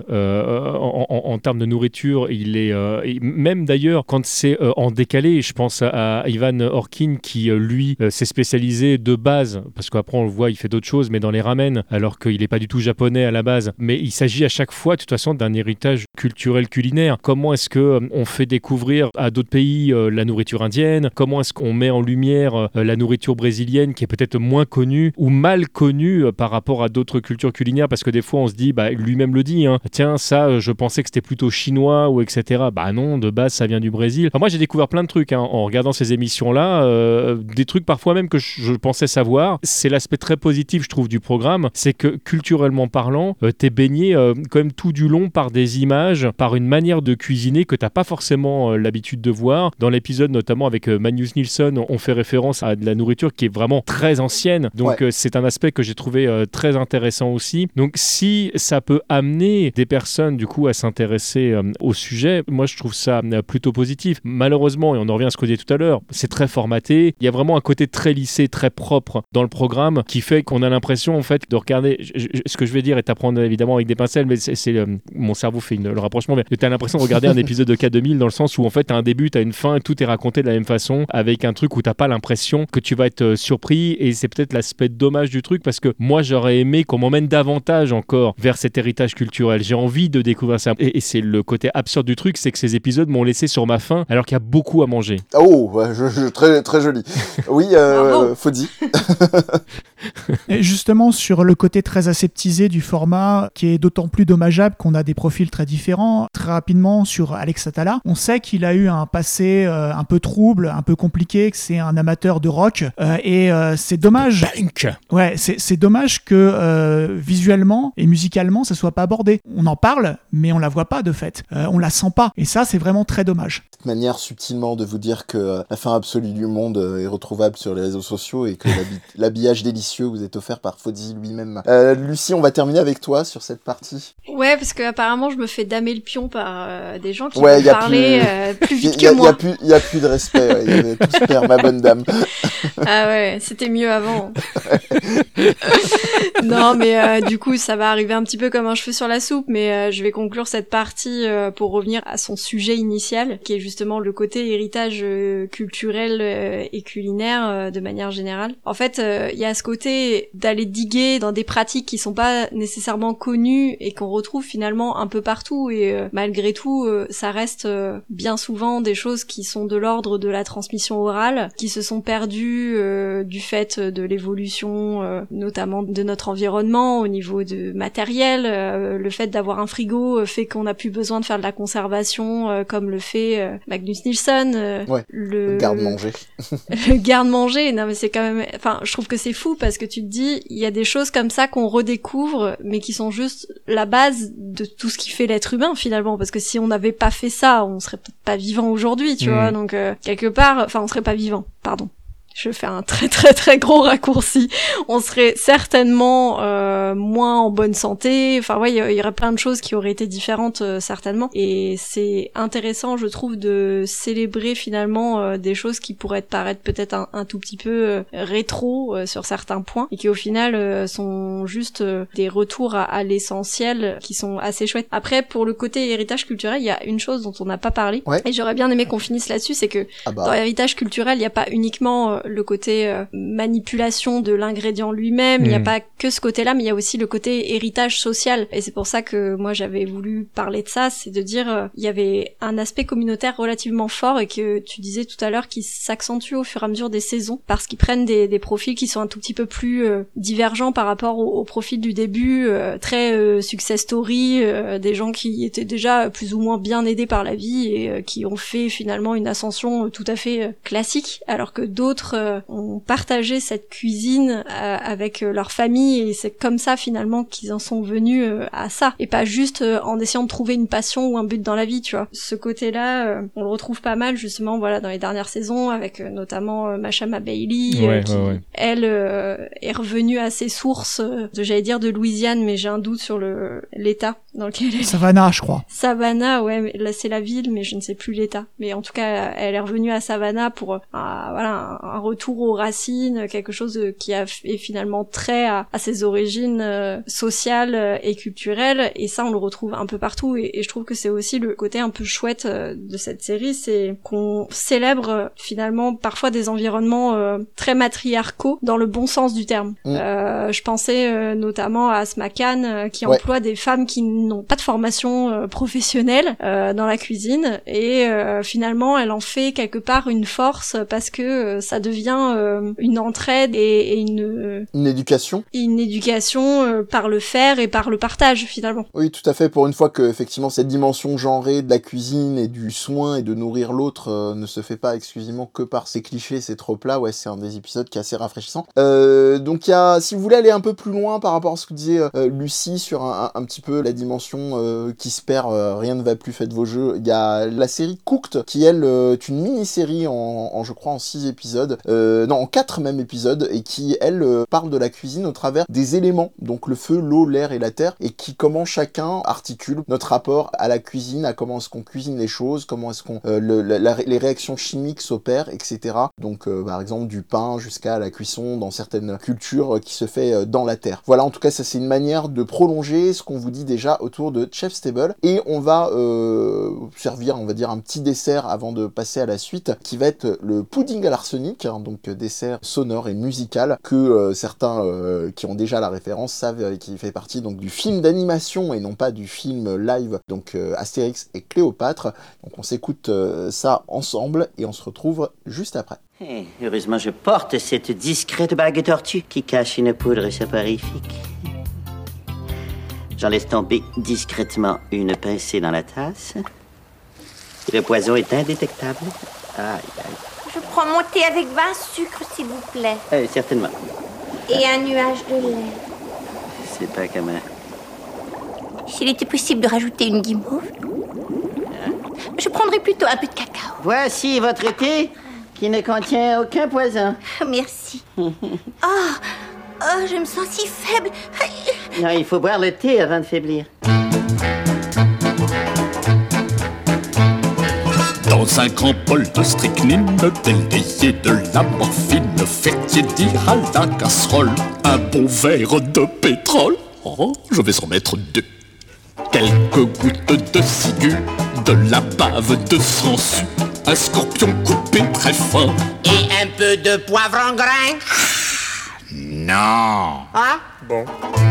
en termes de nourriture, il est même d'ailleurs quand c'est en décalé. Je pense à Ivan Orkin qui lui s'est spécialisé de base, parce qu'après on le voit, il fait d'autres choses, mais dans les ramen, alors qu'il n'est pas du tout japonais à la base. Mais il s'agit à chaque fois, de toute façon, d'un héritage culturel culinaire. Comment est-ce que on fait découvrir à d'autres pays la nourriture indienne? Comment est-ce qu'on met en lumière la nourriture brésilienne qui est peut-être moins connue ou mal connue par rapport à d'autres cultures culinaires? Parce que des fois on se dit, lui-même le dit, tiens, ça je pensais que c'était plutôt chinois ou etc. Non, de base ça vient du Brésil. Moi j'ai découvert plein de trucs en regardant ces émissions-là, des trucs parfois même que je pensais savoir. C'est l'aspect très positif, je trouve, du programme, c'est que culturellement parlant, t'es baigné quand même tout du long par des images, par une manière de cuisiner que t'as pas forcément l'habitude de voir. Dans l'épisode notamment avec Magnus Nilsson, on fait référence à de la nourriture qui est vraiment très ancienne, donc c'est un aspect que j'ai trouvé très intéressant aussi. Donc si ça peut amener des personnes du coup à s'intéresser au sujet, moi je trouve ça plutôt positif. Malheureusement, et on en revient à ce qu'on disait tout à l'heure, c'est très formaté, il y a vraiment un côté très lissé, très propre dans le programme qui fait qu'on a l'impression en fait de regarder, ce que je vais dire est à prendre évidemment avec des pincettes, mais c'est mon cerveau fait le rapprochement, mais tu as l'impression de regarder un épisode de K2000 dans le sens où en fait tu as un début, tu as une fin, tout est raconté de la même façon avec un truc où tu n'as pas l'impression que tu vas être surpris, et c'est peut-être l'aspect dommage du truc, parce que moi j'aurais aimé qu'on m'emmène davantage encore vers cet héritage culturel. J'ai envie de découvrir ça, et c'est le côté absurde du truc, c'est que ces épisodes m'ont laissé sur ma faim alors qu'il y a beaucoup à manger. Oh, très, très joli. Oui, Fodzi. Et justement, sur le côté très aseptisé du format, qui est d'autant plus dommageable qu'on a des profils très différents, très rapidement sur Alex Atala, on sait qu'il a eu un passé un peu trouble, un peu compliqué, que c'est un amateur de rock, et c'est dommage. Ouais, c'est dommage que visuellement et musicalement, ça soit pas abordé. On en parle, mais on la voit pas de fait. On la sent pas, et ça, c'est vraiment très dommage. Cette manière subtilement de vous dire que la fin absolue du monde est retrouvable sur les réseaux sociaux et que l'habillage délicieux vous est offert par Fodzi lui-même. Lucie, on va terminer avec toi sur cette partie. Ouais, parce que apparemment je me fais damer le pion par des gens qui vont parler plus vite que moi. Il y a plus de respect, il y avait tout se perd, ma bonne dame. Ah ouais, c'était mieux avant. Non, mais du coup, ça va arriver un petit peu comme un cheveu sur la soupe, mais je vais conclure cette partie pour revenir à son sujet initial, qui est justement le côté héritage culturel et culinaire de manière générale. En fait, il y a ce côté d'aller diguer dans des pratiques qui sont pas nécessairement connues et qu'on retrouve finalement un peu partout, et malgré tout, ça reste bien souvent des choses qui sont de l'ordre de la transmission orale, qui se sont perdues du fait de l'évolution, notamment de notre environnement au niveau de matériel. Le fait d'avoir un frigo fait qu'on n'a plus besoin de faire de la conservation comme le fait Magnus Nilsson. Le garde-manger. Le garde-manger, non mais c'est quand même... Enfin, je trouve que c'est fou parce que tu te dis, il y a des choses comme ça qu'on redécouvre, mais qui sont juste la base de tout ce qui fait l'être humain finalement, parce que si on n'avait pas fait ça, on serait peut-être pas vivant aujourd'hui, tu vois, donc quelque part... Enfin, on serait pas vivant, pardon. je fais un très très très gros raccourci, on serait certainement moins en bonne santé. Enfin ouais, il y aurait plein de choses qui auraient été différentes certainement. Et c'est intéressant, je trouve, de célébrer finalement des choses qui pourraient paraître peut-être un tout petit peu rétro sur certains points et qui au final sont juste des retours à l'essentiel qui sont assez chouettes. Après, pour le côté héritage culturel, il y a une chose dont on n'a pas parlé et j'aurais bien aimé qu'on finisse là-dessus, c'est que dans l'héritage culturel, il n'y a pas uniquement le côté manipulation de l'ingrédient lui-même, il n'y a pas que ce côté-là, mais il y a aussi le côté héritage social. Et c'est pour ça que moi j'avais voulu parler de ça, c'est de dire il y avait un aspect communautaire relativement fort et que tu disais tout à l'heure qui s'accentue au fur et à mesure des saisons parce qu'ils prennent des profils qui sont un tout petit peu plus divergents par rapport au profil du début, très success story, des gens qui étaient déjà plus ou moins bien aidés par la vie et qui ont fait finalement une ascension tout à fait classique, alors que d'autres ont partagé cette cuisine avec leur famille et c'est comme ça finalement qu'ils en sont venus à ça et pas juste en essayant de trouver une passion ou un but dans la vie, tu vois. Ce côté-là, on le retrouve pas mal justement voilà dans les dernières saisons avec notamment Mashama Bailey elle est revenue à ses sources j'allais dire de Louisiane, mais j'ai un doute sur l'état dans lequel elle est. Savannah, je crois. Savannah, ouais, là c'est la ville, mais je ne sais plus l'état. Mais en tout cas, elle est revenue à Savannah pour un retour aux racines, quelque chose qui est finalement trait à ses origines sociales et culturelles. Et ça, on le retrouve un peu partout. Et je trouve que c'est aussi le côté un peu chouette de cette série, c'est qu'on célèbre finalement parfois des environnements très matriarcaux dans le bon sens du terme. Je pensais notamment à Asma Khan qui emploie des femmes qui n'ont pas de formation professionnelle dans la cuisine et finalement elle en fait quelque part une force parce que ça devient une entraide et une éducation par le faire et par le partage finalement. Oui, tout à fait, pour une fois que effectivement cette dimension genrée de la cuisine et du soin et de nourrir l'autre ne se fait pas exclusivement que par ces clichés, ces tropes-là, ouais, c'est un des épisodes qui est assez rafraîchissant. Donc il y a, si vous voulez aller un peu plus loin par rapport à ce que disait Lucie sur un petit peu la dimension qui se perd, rien ne va plus, faites vos jeux, il y a la série Cooked qui elle est une mini-série en je crois en 6 épisodes, non en 4 même épisodes, et qui elle parle de la cuisine au travers des éléments, donc le feu, l'eau, l'air et la terre, et qui comment chacun articule notre rapport à la cuisine, à comment est-ce qu'on cuisine les choses, comment est-ce qu'on les réactions chimiques s'opèrent, etc. Donc par exemple du pain jusqu'à la cuisson dans certaines cultures qui se fait dans la terre. Voilà, en tout cas ça c'est une manière de prolonger ce qu'on vous dit déjà autour de Chef's Table, et on va servir, on va dire, un petit dessert avant de passer à la suite, qui va être le pudding à l'arsenic, hein, donc dessert sonore et musical que certains qui ont déjà la référence savent, qui fait partie donc du film d'animation et non pas du film live, donc Astérix et Cléopâtre. Donc on s'écoute ça ensemble et on se retrouve juste après. Hey, heureusement je porte cette discrète bague tortue qui cache une poudre soporifique. J'en laisse tomber discrètement une pincée dans la tasse. Et le poison est indétectable. Aïe, aïe. Je prends mon thé avec 20 sucres, s'il vous plaît. Certainement. Et un nuage de lait. C'est pas comme un... S'il était possible de rajouter une guimauve. Je prendrais plutôt un peu de cacao. Voici votre thé qui ne contient aucun poison. Merci. Oh, je me sens si faible. Non, il faut boire le thé avant de faiblir. Dans un grand bol de strychnine, délayé de la morphine, faire tiédir à la casserole un bon verre de pétrole. Oh, je vais en mettre 2. Quelques gouttes de ciguë, de la bave de sangsue, un scorpion coupé très fin. Et un peu de poivre en grain. Non. Ah, bon.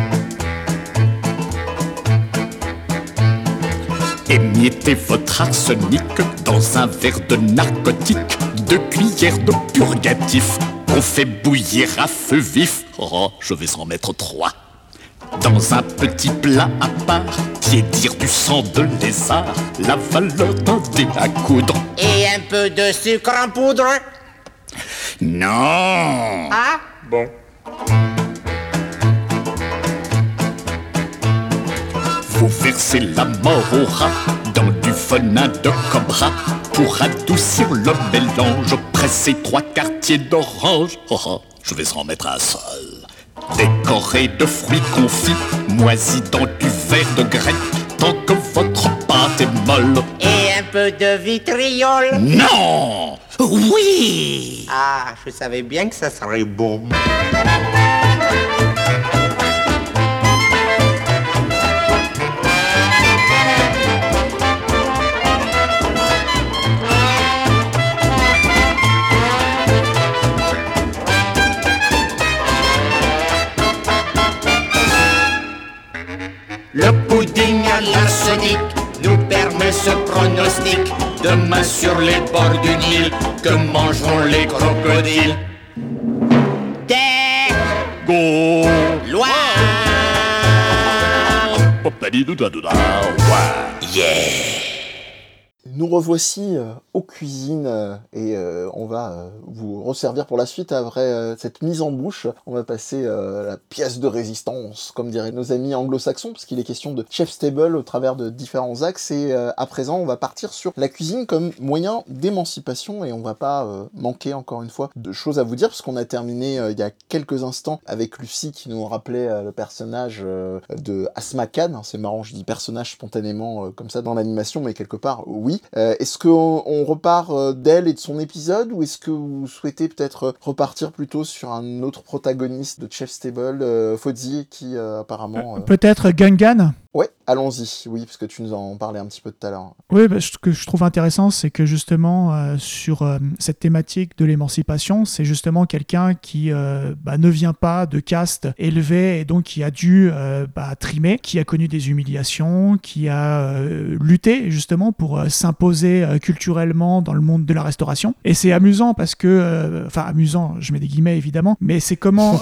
Émiettez votre arsenic dans un verre de narcotique, 2 cuillères de purgatif qu'on fait bouillir à feu vif. Oh, je vais en mettre 3. Dans un petit plat à part, tiédir du sang de lézard, la valeur d'un dé à coudre. Et un peu de sucre en poudre. Non. Ah, bon. Vous versez la mort au rat dans du venin de cobra. pour adoucir le mélange. Presser 3 quartiers d'orange. Oh, oh, je vais en mettre un seul. Décoré de fruits confits, moisis dans du verre de grec, tant que votre pâte est molle. Et un peu de vitriol. Non! Oui! Ah, je savais bien que ça serait bon. Le pudding à l'arsenic nous permet ce pronostic. Demain sur les bords du Nil, que mangeront les crocodiles? Des Gaulois. Yeah. Nous revoici aux cuisines et on va vous resservir pour la suite après cette mise en bouche. On va passer la pièce de résistance, comme diraient nos amis anglo-saxons, parce qu'il est question de Chef's Table au travers de différents axes. Et à présent, on va partir sur la cuisine comme moyen d'émancipation et on va pas manquer encore une fois de choses à vous dire, parce qu'on a terminé il y a quelques instants avec Lucie qui nous rappelait le personnage de Asma Khan. C'est marrant, je dis personnage spontanément comme ça dans l'animation, mais quelque part, oui. Est-ce qu'on repart d'elle et de son épisode, ou est-ce que vous souhaitez peut-être repartir plutôt sur un autre protagoniste de Chef's Table, Fozzie, qui apparemment... Peut-être Gungan. Ouais, allons-y, oui, parce que tu nous en parlais un petit peu tout à l'heure. Oui, ce que je trouve intéressant, c'est que justement, sur cette thématique de l'émancipation, c'est justement quelqu'un qui ne vient pas de caste élevée et donc qui a dû trimer, qui a connu des humiliations, qui a lutté justement pour s'imposer culturellement dans le monde de la restauration. Et c'est amusant parce que, amusant, je mets des guillemets évidemment, mais c'est comment,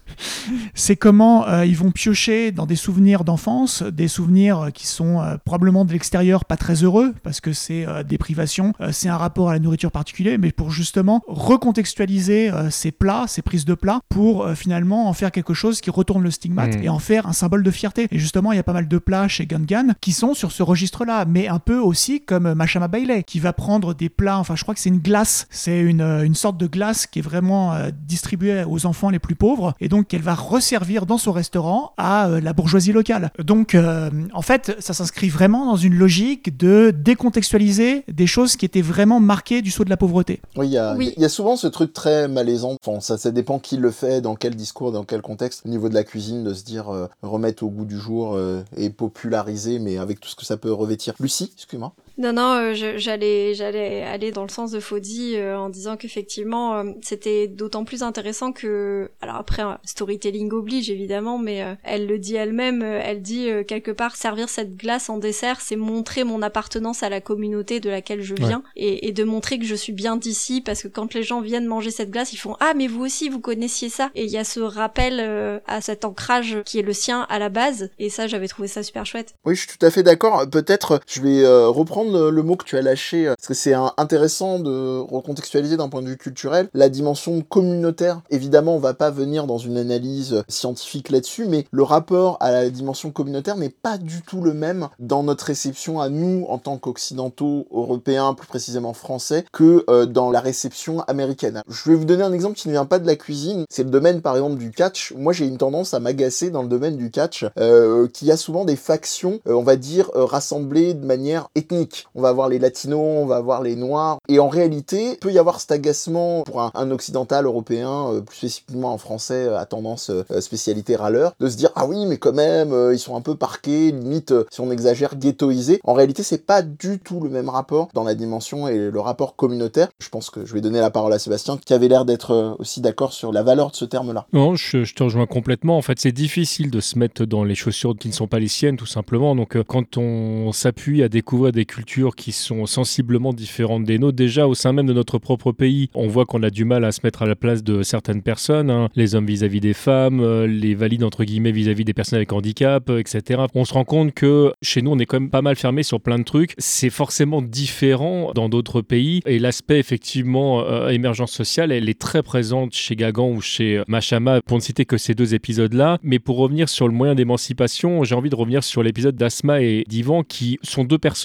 ils vont piocher dans des souvenirs d'enfance, des souvenirs qui sont probablement de l'extérieur pas très heureux, parce que c'est des privations, c'est un rapport à la nourriture particulier, mais pour justement recontextualiser ces plats, ces prises de plats, pour finalement en faire quelque chose qui retourne le stigmate et en faire un symbole de fierté. Et justement, il y a pas mal de plats chez Gungan qui sont sur ce registre-là, mais un peu aussi comme Mashama Bailey, qui va prendre des plats, je crois que c'est une glace, c'est une sorte de glace qui est vraiment distribuée aux enfants les plus pauvres, et donc qu'elle va resservir dans son restaurant à la bourgeoisie locale. Donc en fait, ça s'inscrit vraiment dans une logique de décontextualiser des choses qui étaient vraiment marquées du sceau de la pauvreté. Oui, il y a souvent ce truc très malaisant. Enfin, ça dépend qui le fait, dans quel discours, dans quel contexte. Au niveau de la cuisine, de se dire remettre au goût du jour et populariser, mais avec tout ce que ça peut revêtir. Lucie, excuse-moi. Non, j'allais aller dans le sens de Fozzie en disant qu'effectivement c'était d'autant plus intéressant que, alors après storytelling oblige évidemment, mais elle le dit elle-même, elle dit quelque part servir cette glace en dessert, c'est montrer mon appartenance à la communauté de laquelle je viens, et de montrer que je suis bien d'ici, parce que quand les gens viennent manger cette glace, ils font ah mais vous aussi vous connaissiez ça, et il y a ce rappel à cet ancrage qui est le sien à la base, et ça j'avais trouvé ça super chouette. Oui, je suis tout à fait d'accord. Peut-être je vais reprendre le mot que tu as lâché, parce que c'est intéressant de recontextualiser d'un point de vue culturel la dimension communautaire. Évidemment, on va pas venir dans une analyse scientifique là-dessus, mais le rapport à la dimension communautaire n'est pas du tout le même dans notre réception à nous, en tant qu'occidentaux, européens, plus précisément français, que dans la réception américaine. Je vais vous donner un exemple qui ne vient pas de la cuisine, c'est le domaine par exemple du catch. Moi j'ai une tendance à m'agacer dans le domaine du catch, qu'il y a souvent des factions, on va dire, rassemblées de manière ethnique. On va avoir les latinos, on va avoir les noirs, et en réalité, il peut y avoir cet agacement pour un occidental européen, plus spécifiquement un français à tendance spécialité râleur, de se dire ah oui mais quand même, ils sont un peu parqués, limite, si on exagère, ghettoisés. En réalité, c'est pas du tout le même rapport dans la dimension et le rapport communautaire. Je pense que je vais donner la parole à Sébastien, qui avait l'air d'être aussi d'accord sur la valeur de ce terme-là. Non, je te rejoins complètement. En fait, c'est difficile de se mettre dans les chaussures qui ne sont pas les siennes, tout simplement. Donc, quand on s'appuie à découvrir des cultures qui sont sensiblement différentes des nôtres, déjà au sein même de notre propre pays, on voit qu'on a du mal à se mettre à la place de certaines personnes, les hommes vis-à-vis des femmes, les valides entre guillemets vis-à-vis des personnes avec handicap, etc. On se rend compte que chez nous on est quand même pas mal fermé sur plein de trucs, c'est forcément différent dans d'autres pays, et l'aspect effectivement émergence sociale, elle est très présente chez Gagan ou chez Mashama, pour ne citer que ces deux épisodes-là. Mais pour revenir sur le moyen d'émancipation, j'ai envie de revenir sur l'épisode d'Asma et d'Ivan, qui sont deux personnes avec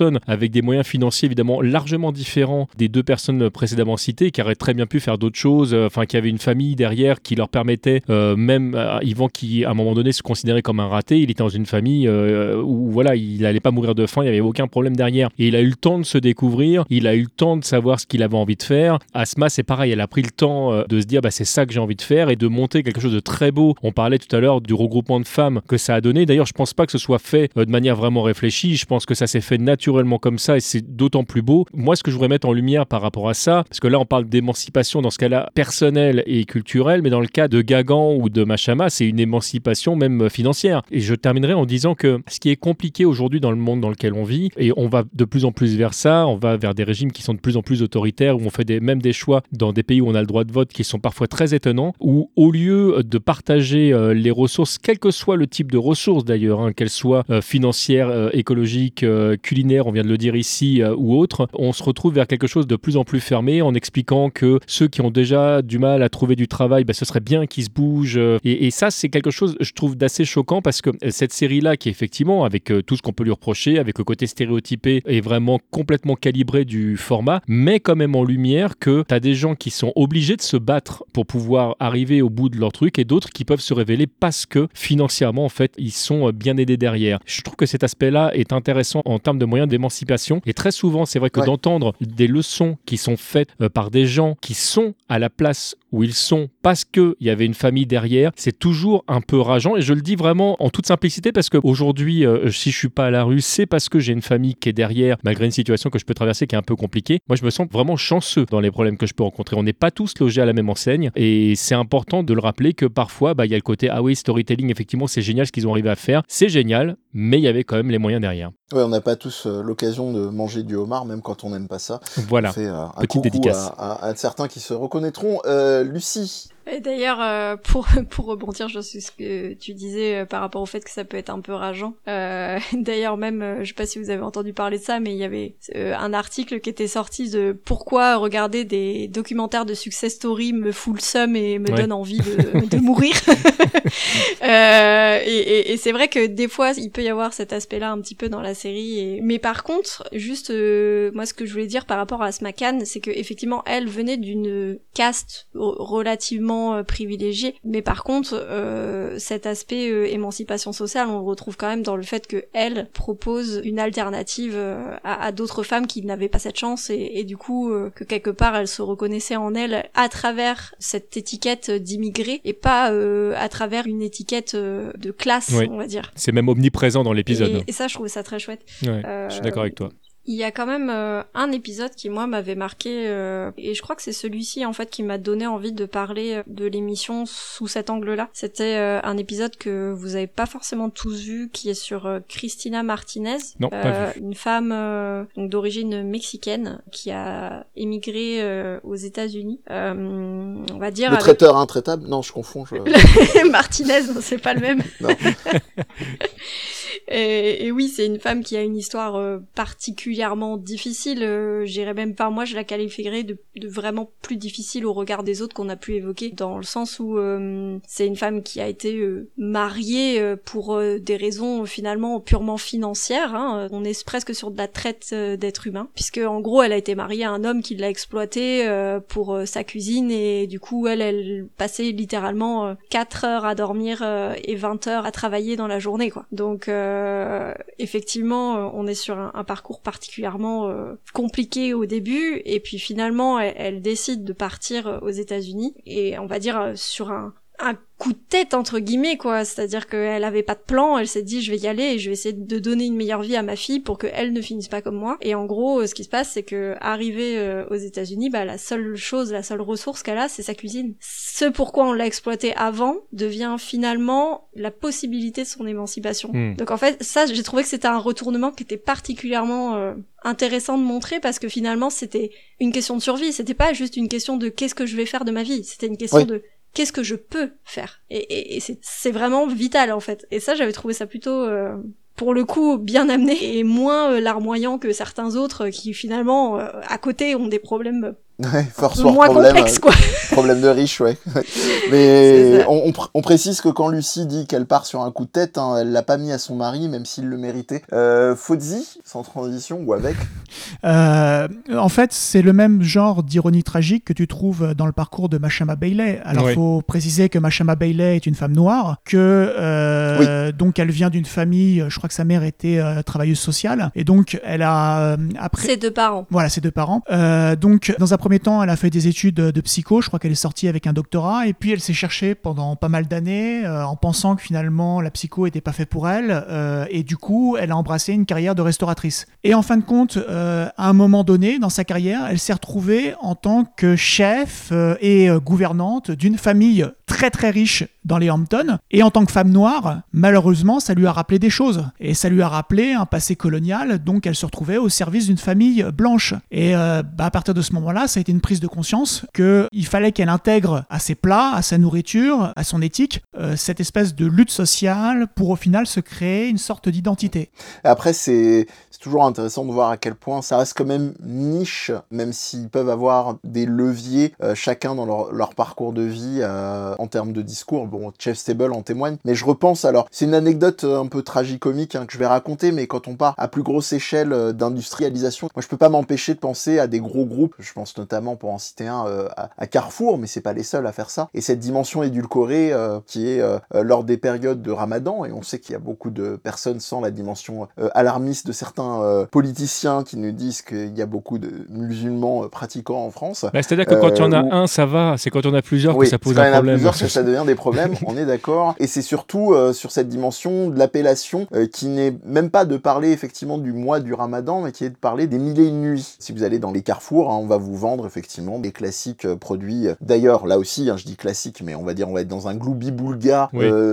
avec des moyens financiers évidemment largement différents des deux personnes précédemment citées, qui auraient très bien pu faire d'autres choses, qui avaient une famille derrière qui leur permettait, même Yvan qui à un moment donné se considérait comme un raté, il était dans une famille où voilà, il n'allait pas mourir de faim, il n'y avait aucun problème derrière. Et il a eu le temps de se découvrir, il a eu le temps de savoir ce qu'il avait envie de faire. Asma, c'est pareil, elle a pris le temps de se dire c'est ça que j'ai envie de faire et de monter quelque chose de très beau. On parlait tout à l'heure du regroupement de femmes que ça a donné. D'ailleurs, je pense pas que ce soit fait de manière vraiment réfléchie. Je pense que ça s'est fait naturellement comme ça et c'est d'autant plus beau. Moi, ce que je voudrais mettre en lumière par rapport à ça, parce que là, on parle d'émancipation dans ce cas-là personnelle et culturelle, mais dans le cas de Guingamp ou de Machama, c'est une émancipation même financière. Et je terminerai en disant que ce qui est compliqué aujourd'hui dans le monde dans lequel on vit, et on va de plus en plus vers ça, on va vers des régimes qui sont de plus en plus autoritaires, où on fait même des choix dans des pays où on a le droit de vote qui sont parfois très étonnants, où au lieu de partager les ressources, quel que soit le type de ressources d'ailleurs, qu'elles soient financières, écologiques, culinaires, on vient de le dire ici, ou autres, on se retrouve vers quelque chose de plus en plus fermé en expliquant que ceux qui ont déjà du mal à trouver du travail, ce serait bien qu'ils se bougent. Et ça, c'est quelque chose, je trouve, d'assez choquant parce que cette série-là, qui effectivement, avec tout ce qu'on peut lui reprocher, avec le côté stéréotypé, est vraiment complètement calibré du format, met quand même en lumière que tu as des gens qui sont obligés de se battre pour pouvoir arriver au bout de leur truc et d'autres qui peuvent se révéler parce que financièrement, en fait, ils sont bien aidés derrière. Je trouve que cet aspect-là est intéressant en termes de moyens d'émancipation. Et très souvent, c'est vrai que d'entendre des leçons qui sont faites par des gens qui sont à la place où ils sont parce qu'il y avait une famille derrière, c'est toujours un peu rageant. Et je le dis vraiment en toute simplicité parce qu'aujourd'hui, si je suis pas à la rue, c'est parce que j'ai une famille qui est derrière, malgré une situation que je peux traverser qui est un peu compliquée. Moi, je me sens vraiment chanceux dans les problèmes que je peux rencontrer. On n'est pas tous logés à la même enseigne et c'est important de le rappeler que parfois, il y a le côté « Ah oui, storytelling, effectivement, c'est génial ce qu'ils ont arrivé à faire. C'est génial, mais il y avait quand même les moyens derrière. » Ouais, on n'a pas tous l'occasion de manger du homard, même quand on n'aime pas ça. Voilà, on fait un petite coucou dédicace. À certains qui se reconnaîtront. Lucie. Et d'ailleurs, pour rebondir sur ce que tu disais par rapport au fait que ça peut être un peu rageant, d'ailleurs même, je sais pas si vous avez entendu parler de ça, mais il y avait un article qui était sorti de pourquoi regarder des documentaires de success story me fout le seum et me donne envie de mourir. Et c'est vrai que des fois, il peut y avoir cet aspect-là un petit peu dans la série. Mais par contre, juste, moi, ce que je voulais dire par rapport à Asma Khan, c'est que effectivement, elle venait d'une caste relativement privilégiée. Mais par contre, cet aspect émancipation sociale, on le retrouve quand même dans le fait que elle propose une alternative à d'autres femmes qui n'avaient pas cette chance et du coup, que quelque part, elle se reconnaissait en elle à travers cette étiquette d'immigré et pas à travers une étiquette de classe, on va dire. C'est même omniprésent dans l'épisode. Et ça, je trouve ça très chouette. Ouais, je suis d'accord avec toi. Il y a quand même un épisode qui, moi, m'avait marqué, et je crois que c'est celui-ci, en fait, qui m'a donné envie de parler de l'émission sous cet angle-là. C'était un épisode que vous avez pas forcément tous vu, qui est sur Cristina Martinez. Non, pas vu. Une femme donc d'origine mexicaine qui a émigré aux États-Unis. On va dire... Le traiteur intraitable? Non, je confonds. Martinez, non, c'est pas le même. Non. Et oui, c'est une femme qui a une histoire particulièrement difficile. J'irais même pas, moi je la qualifierais de vraiment plus difficile au regard des autres qu'on a pu évoquer, dans le sens où c'est une femme qui a été mariée pour des raisons finalement purement financières. Hein. On est presque sur de la traite d'êtres humains, puisque en gros elle a été mariée à un homme qui l'a exploitée pour sa cuisine et du coup elle passait littéralement 4 heures à dormir et 20 heures à travailler dans la journée, quoi. Donc effectivement, on est sur un parcours particulièrement compliqué au début, et puis finalement, elle décide de partir aux États-Unis, et on va dire sur un coup de tête entre guillemets, quoi, c'est-à-dire qu'elle avait pas de plan, elle s'est dit je vais y aller et je vais essayer de donner une meilleure vie à ma fille pour qu'elle ne finisse pas comme moi. Et en gros, ce qui se passe, c'est que arrivée aux États-Unis, la seule ressource qu'elle a, c'est sa cuisine. Ce pourquoi on l'a exploité avant devient finalement la possibilité de son émancipation. Donc en fait, ça, j'ai trouvé que c'était un retournement qui était particulièrement intéressant de montrer, parce que finalement c'était une question de survie, c'était pas juste une question de qu'est-ce que je vais faire de ma vie, c'était une question de qu'est-ce que je peux faire, et c'est vraiment vital en fait. Et ça, j'avais trouvé ça plutôt pour le coup bien amené et moins larmoyant que certains autres qui finalement à côté ont des problèmes Ouais, first world moins problème, complexe, quoi. Problème de riche, ouais. Mais on précise que quand Lucie dit qu'elle part sur un coup de tête, hein, elle l'a pas mis à son mari, même s'il le méritait. Fozzie, sans transition ou avec En fait, c'est le même genre d'ironie tragique que tu trouves dans le parcours de Mashama Bailey. Alors, faut préciser que Mashama Bailey est une femme noire, que donc elle vient d'une famille, je crois que sa mère était travailleuse sociale, et donc elle a après... Ses deux parents. Voilà, ses deux parents. Donc, dans un premier temps, elle a fait des études de psycho, je crois qu'elle est sortie avec un doctorat, et puis elle s'est cherchée pendant pas mal d'années, en pensant que finalement la psycho était pas fait pour elle, et du coup, elle a embrassé une carrière de restauratrice. Et en fin de compte, à un moment donné, dans sa carrière, elle s'est retrouvée en tant que chef et gouvernante d'une famille très très riche dans les Hamptons, et en tant que femme noire, malheureusement, ça lui a rappelé des choses, et ça lui a rappelé un passé colonial, donc elle se retrouvait au service d'une famille blanche. Et à partir de ce moment-là, ça a été une prise de conscience qu'il fallait qu'elle intègre à ses plats, à sa nourriture, à son éthique, cette espèce de lutte sociale pour au final se créer une sorte d'identité. Après, c'est toujours intéressant de voir à quel point ça reste quand même niche, même s'ils peuvent avoir des leviers chacun dans leur parcours de vie en termes de discours. Bon, Chef Stable en témoigne, mais je repense, alors, c'est une anecdote un peu tragicomique que je vais raconter, mais quand on part à plus grosse échelle d'industrialisation, moi je peux pas m'empêcher de penser à des gros groupes, je pense notamment, pour en citer un, à Carrefour, mais c'est pas les seuls à faire ça, et cette dimension édulcorée qui est lors des périodes de Ramadan, et on sait qu'il y a beaucoup de personnes sans la dimension alarmiste de certains politiciens qui nous disent qu'il y a beaucoup de musulmans pratiquants en France. C'est-à-dire que quand il y en a un, ça va, c'est quand il y en a plusieurs que ça pose un problème. Plusieurs que ça devient des problèmes, on est d'accord, et c'est surtout sur cette dimension de l'appellation qui n'est même pas de parler effectivement du mois du Ramadan, mais qui est de parler des 1001 nuits. Si vous allez dans les carrefours, on va vous vendre effectivement des classiques produits, d'ailleurs là aussi je dis classique, mais on va être dans un gloubi-boulga,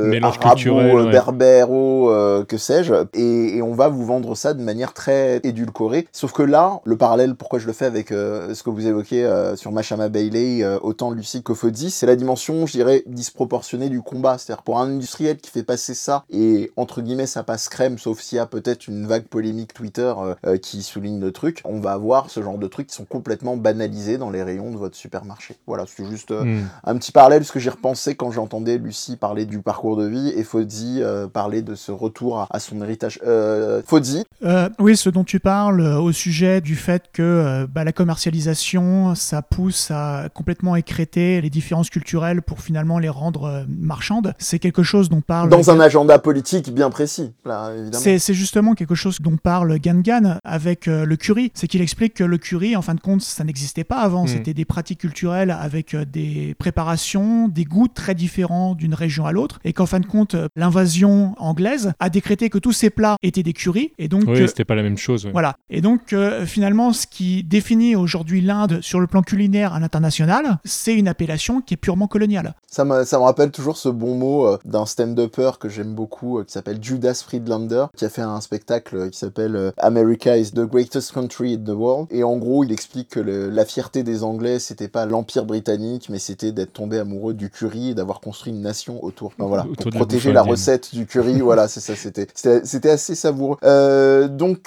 arabo, berbéro, que sais-je, et on va vous vendre ça de manière très édulcorée, sauf que là, le parallèle, pourquoi je le fais avec ce que vous évoquez sur Mashama Bailey, autant Lucie que Fozzie, c'est la dimension, je dirais, disproportionnée du combat, c'est-à-dire pour un industriel qui fait passer ça, et entre guillemets ça passe crème, sauf s'il y a peut-être une vague polémique Twitter qui souligne le truc, on va avoir ce genre de trucs qui sont complètement banalisés dans les rayons de votre supermarché. Voilà, c'est juste un petit parallèle, parce que j'y repensais quand j'entendais Lucie parler du parcours de vie, et Fozzie parler de ce retour à son héritage. Fozzie Oui, ce dont tu parles au sujet du fait que la commercialisation, ça pousse à complètement écrêter les différences culturelles pour finalement les rendre marchandes, c'est quelque chose dont parle... Dans un agenda politique bien précis, là, évidemment. C'est justement quelque chose dont parle Gangan avec le curry. C'est qu'il explique que le curry, en fin de compte, ça n'existait pas avant. C'était des pratiques culturelles avec des préparations, des goûts très différents d'une région à l'autre, et qu'en fin de compte, l'invasion anglaise a décrété que tous ces plats étaient des currys, et donc... Oui, c'était pas la même chose. Ouais. Voilà. Et donc, finalement, ce qui définit aujourd'hui l'Inde sur le plan culinaire à l'international, c'est une appellation qui est purement coloniale. Ça me rappelle toujours ce bon mot d'un stand-upper que j'aime beaucoup, qui s'appelle Judas Friedlander, qui a fait un spectacle qui s'appelle America is the greatest country in the world. Et en gros, il explique que la fierté des Anglais, c'était pas l'Empire britannique, mais c'était d'être tombé amoureux du curry et d'avoir construit une nation autour. Enfin, voilà, pour protéger la recette du curry. Voilà, c'est ça, c'était assez savoureux. Donc,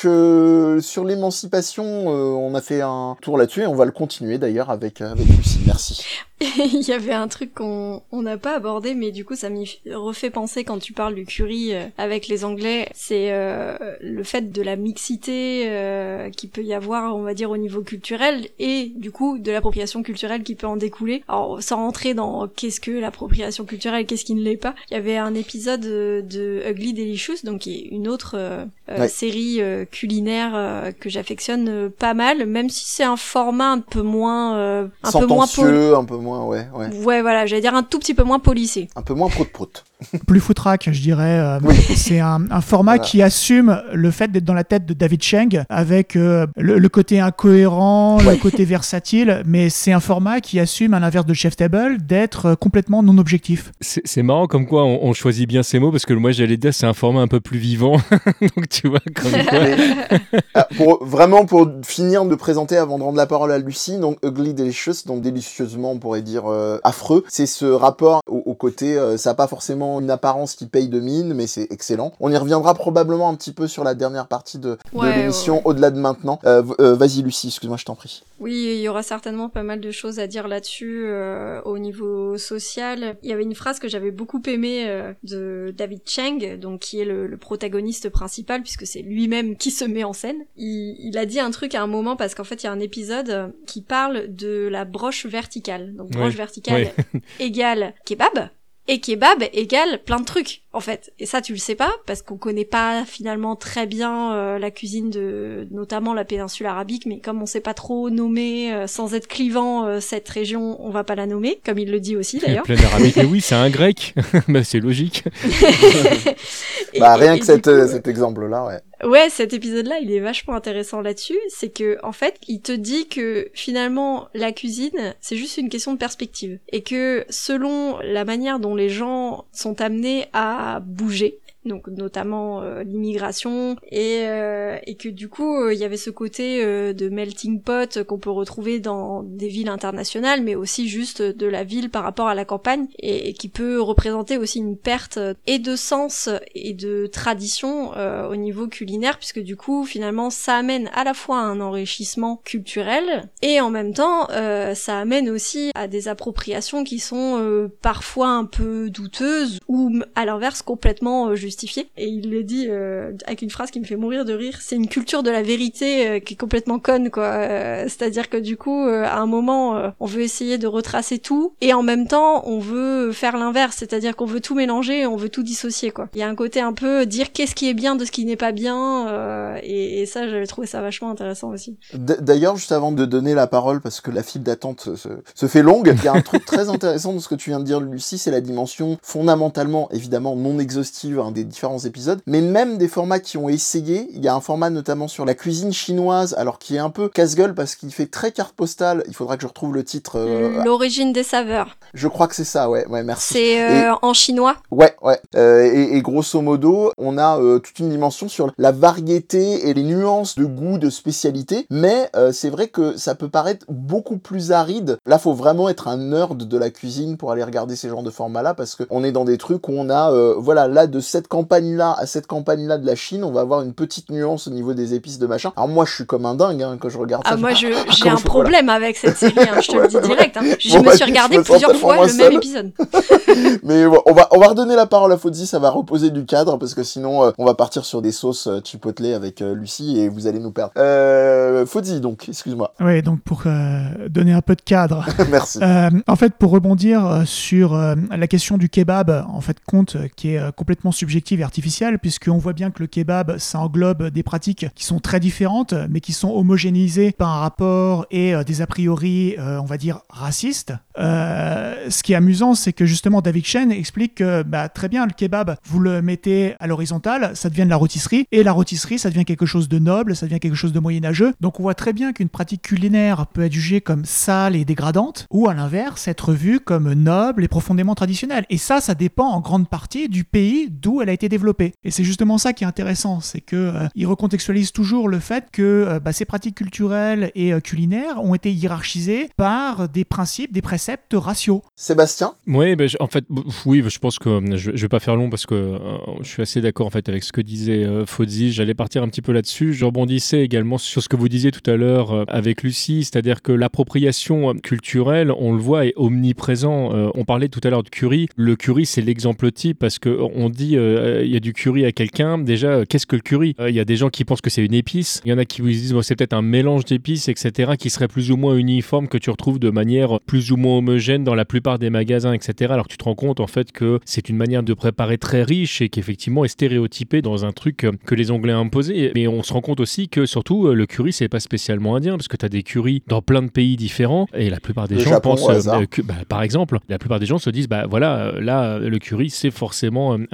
sur l'émancipation, on a fait un tour là-dessus, et on va le continuer d'ailleurs avec Lucie. Merci. Il y avait un truc qu'on n'a pas abordé, mais du coup ça m'y refait penser quand tu parles du curry avec les Anglais, c'est le fait de la mixité qui peut y avoir, on va dire, au niveau culturel, et du coup de l'appropriation culturelle qui peut en découler. Alors sans rentrer dans qu'est-ce que l'appropriation culturelle, qu'est-ce qui ne l'est pas, il y avait un épisode de Ugly Delicious, donc qui est une autre série culinaire que j'affectionne pas mal, même si c'est un format un peu moins sentencieux, un peu moins ouais, voilà, j'allais dire un tout petit peu moins policé. Un peu moins prout-prout. Plus foutraque, je dirais. Oui. C'est un format qui assume le fait d'être dans la tête de David Cheng, avec le côté incohérent, le côté versatile, mais c'est un format qui assume, à l'inverse de Chef Table, d'être complètement non objectif. C'est marrant comme quoi on choisit bien ces mots, parce que moi j'allais dire c'est un format un peu plus vivant. Donc tu vois, comme quoi... pour finir de présenter, avant de rendre la parole à Lucie, donc Ugly Delicious, donc délicieusement on pourrait dire affreux, c'est ce rapport au côté, ça n'a pas forcément une apparence qui paye de mine, mais c'est excellent. On y reviendra probablement un petit peu sur la dernière partie de l'émission, au-delà de maintenant. Vas-y Lucie, excuse-moi, je t'en prie. Oui, il y aura certainement pas mal de choses à dire là-dessus au niveau social. Il y avait une phrase que j'avais beaucoup aimée de David Chang, donc qui est le protagoniste principal, puisque c'est lui-même qui se met en scène. Il a dit un truc à un moment, parce qu'en fait il y a un épisode qui parle de la broche verticale. Donc broche verticale égale kebab, et kebab égale plein de trucs en fait. Et ça tu le sais pas parce qu'on connaît pas finalement très bien la cuisine de notamment la péninsule arabique, mais comme on sait pas trop nommer sans être clivant cette région, on va pas la nommer, comme il le dit aussi d'ailleurs. Plein arabique, mais oui, c'est un grec. Bah c'est logique. Rien que cet exemple là, ouais. Ouais, cet épisode-là, il est vachement intéressant là-dessus, c'est que, en fait, il te dit que, finalement, la cuisine, c'est juste une question de perspective. Et que, selon la manière dont les gens sont amenés à bouger, donc notamment l'immigration, et que du coup il y avait ce côté de melting pot qu'on peut retrouver dans des villes internationales, mais aussi juste de la ville par rapport à la campagne, et qui peut représenter aussi une perte et de sens et de tradition au niveau culinaire, puisque du coup finalement ça amène à la fois un enrichissement culturel, et en même temps ça amène aussi à des appropriations qui sont parfois un peu douteuses, ou à l'inverse complètement justifiées. Et il le dit avec une phrase qui me fait mourir de rire, c'est une culture de la vérité qui est complètement conne, quoi. C'est-à-dire que du coup, à un moment, on veut essayer de retracer tout, et en même temps, on veut faire l'inverse, c'est-à-dire qu'on veut tout mélanger, et on veut tout dissocier, quoi. Il y a un côté un peu dire qu'est-ce qui est bien de ce qui n'est pas bien, et ça, j'avais trouvé ça vachement intéressant aussi. D'ailleurs, juste avant de donner la parole, parce que la file d'attente se fait longue, il y a un truc très intéressant de ce que tu viens de dire, Lucie, c'est la dimension fondamentalement, évidemment, non exhaustive, des différents épisodes, mais même des formats qui ont essayé. Il y a un format notamment sur la cuisine chinoise, alors qui est un peu casse-gueule parce qu'il fait très carte postale. Il faudra que je retrouve le titre. L'origine des saveurs. Je crois que c'est ça, ouais, merci. C'est en chinois. Ouais. Et grosso modo, on a toute une dimension sur la variété et les nuances de goût, de spécialité, mais c'est vrai que ça peut paraître beaucoup plus aride. Là, faut vraiment être un nerd de la cuisine pour aller regarder ces genres de formats-là, parce qu'on est dans des trucs où on a, là, de cette campagne-là à cette campagne-là de la Chine, on va avoir une petite nuance au niveau des épices de machin. Alors moi, je suis comme un dingue quand je regarde ça. Ah, moi, j'ai un problème avec cette série, je te le dis direct. Je me suis regardé plusieurs fois le même épisode. Mais bon, on va redonner la parole à Fodzi, ça va reposer du cadre, parce que sinon, on va partir sur des sauces chipotle avec Lucie, et vous allez nous perdre. Fodzi, donc, excuse-moi. Oui, donc pour donner un peu de cadre. Merci. En fait, pour rebondir sur la question du kebab, en fait, qui est complètement subjective et artificielle, puisqu'on voit bien que le kebab, ça englobe des pratiques qui sont très différentes, mais qui sont homogénéisées par un rapport et des a priori, on va dire, racistes. Ce qui est amusant, c'est que justement David Chang explique que très bien, le kebab, vous le mettez à l'horizontale, ça devient de la rôtisserie, et la rôtisserie, ça devient quelque chose de noble, ça devient quelque chose de moyenâgeux. Donc on voit très bien qu'une pratique culinaire peut être jugée comme sale et dégradante, ou à l'inverse, être vue comme noble et profondément traditionnelle. Et ça dépend en grande partie du pays d'où elle a été développée. Et c'est justement ça qui est intéressant, c'est que il recontextualise toujours le fait que ces pratiques culturelles et culinaires ont été hiérarchisées par des principes, des préceptes raciaux. Sébastien ? Oui, en fait, oui, je pense que je vais pas faire long parce que je suis assez d'accord en fait avec ce que disait Fodzi. J'allais partir un petit peu là-dessus. Je rebondissais également sur ce que vous disiez tout à l'heure avec Lucie, c'est-à-dire que l'appropriation culturelle, on le voit, est omniprésent. On parlait tout à l'heure de curry. Le curry, c'est l'exemple type parce que on dit il y a du curry à quelqu'un. Déjà, qu'est-ce que le curry ? Il y a des gens qui pensent que c'est une épice. Il y en a qui vous disent c'est peut-être un mélange d'épices, etc., qui serait plus ou moins uniforme, que tu retrouves de manière plus ou moins homogène dans la plupart des magasins, etc. Alors que tu te rends compte en fait que c'est une manière de préparer très riche et qu'effectivement est stéréotypée dans un truc que les Anglais ont imposé. Mais on se rend compte aussi que surtout le curry, c'est pas spécialement indien, parce que tu as des currys dans plein de pays différents et la plupart des gens pensent par exemple, la plupart des gens se disent là le curry c'est forcément indien à la base.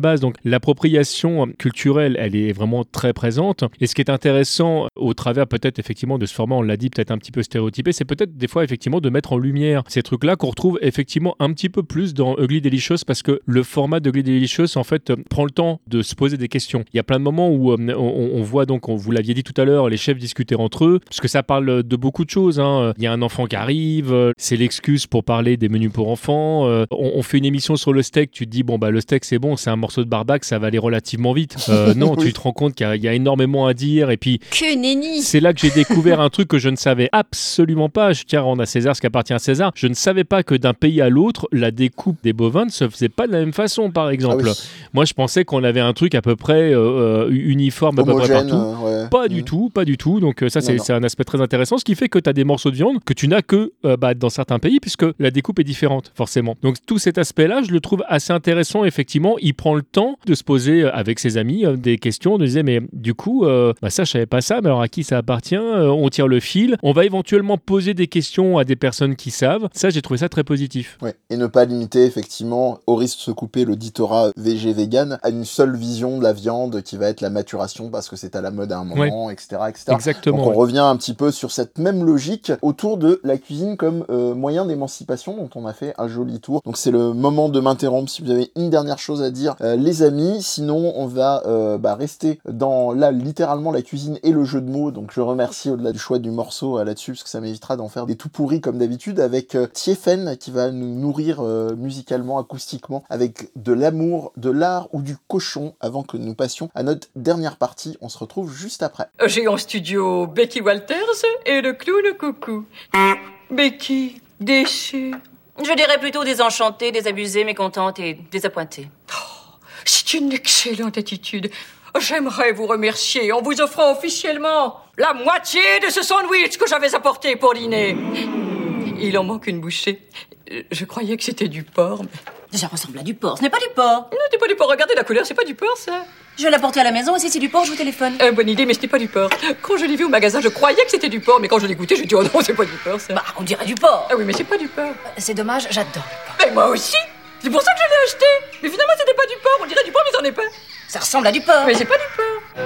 base. Donc l'appropriation culturelle, elle est vraiment très présente. Et ce qui est intéressant au travers peut-être effectivement de ce format, on l'a dit, peut-être un petit peu stéréotypé, c'est peut-être des fois effectivement de mettre en lumière ces trucs-là qu'on retrouve effectivement un petit peu plus dans Ugly Delicious, parce que le format d'Ugly Delicious en fait prend le temps de se poser des questions. Il y a plein de moments où on voit donc, vous l'aviez dit tout à l'heure, les chefs discuter entre eux, parce que ça parle de beaucoup de choses. Il y a un enfant qui arrive, c'est l'excuse pour parler des menus pour enfants. On fait une émission sur le steak, tu te dis bon bah le steak c'est bon, c'est un morceau de barbac, ça va aller relativement vite. Non, oui. Tu te rends compte qu'il y a énormément à dire, et puis que nenni. C'est là que j'ai découvert un truc que je ne savais absolument pas. Je tiens à rendre à César ce qui appartient à César. Je ne savais pas que d'un pays à l'autre, la découpe des bovins ne se faisait pas de la même façon, par exemple. Ah oui. Moi, je pensais qu'on avait un truc à peu près uniforme à peu près partout. Ouais. Pas du tout. Donc ça, c'est un aspect très intéressant. Ce qui fait que tu as des morceaux de viande que tu n'as que dans certains pays, puisque la découpe est différente, forcément. Donc tout cet aspect-là, je le trouve assez intéressant. Effectivement, il prend le temps de se poser avec ses amis des questions, de dire mais du coup, ça, je savais pas ça, mais alors à qui ça appartient? On tire le fil. On va éventuellement poser des questions à des personnes qui savent. Ça, j'ai trouvé ça très positif. Ouais. Et ne pas limiter, effectivement, au risque de se couper l'auditorat végé-vegan à une seule vision de la viande qui va être la maturation parce que c'est à la mode à un moment, etc., etc. Exactement. Donc on revient un petit peu sur cette même logique autour de la cuisine comme moyen d'émancipation dont on a fait un joli tour. Donc c'est le moment de m'interrompre si vous avez une dernière chose à dire, les amis. Sinon, on va rester dans là littéralement la cuisine et le jeu de mots. Donc je remercie au-delà du choix du morceau là-dessus parce que ça m'évitera d'en faire des tout pourris comme d'habitude avec Tiefen qui va nous nourrir musicalement, acoustiquement avec de l'amour, de l'art ou du cochon avant que nous passions à notre dernière partie. On se retrouve juste après. J'ai en studio Becky Walters et le clown Coucou. Becky, déçue. Je dirais plutôt désenchantée, désabusée, mécontente et désappointée. Oh, c'est une excellente attitude. J'aimerais vous remercier en vous offrant officiellement la moitié de ce sandwich que j'avais apporté pour dîner. Il en manque une bouchée. Je croyais que c'était du porc. Mais... Ça ressemble à du porc. Ce n'est pas du porc. Non, c'est pas du porc. Regardez la couleur, c'est pas du porc, ça. Je vais l'apporter à la maison et si c'est du porc, je vous téléphone. Bonne idée, mais ce n'est pas du porc. Quand je l'ai vu au magasin, je croyais que c'était du porc, mais quand je l'ai goûté, je dis oh non, c'est pas du porc, ça. Bah, on dirait du porc. Ah oui, mais c'est pas du porc. C'est dommage, j'adore le porc. Mais moi aussi. C'est pour ça que je l'ai acheté. Mais finalement, c'était pas du porc. On dirait du porc, mais c'en est pas. Ça ressemble à du porc. Mais c'est pas du porc.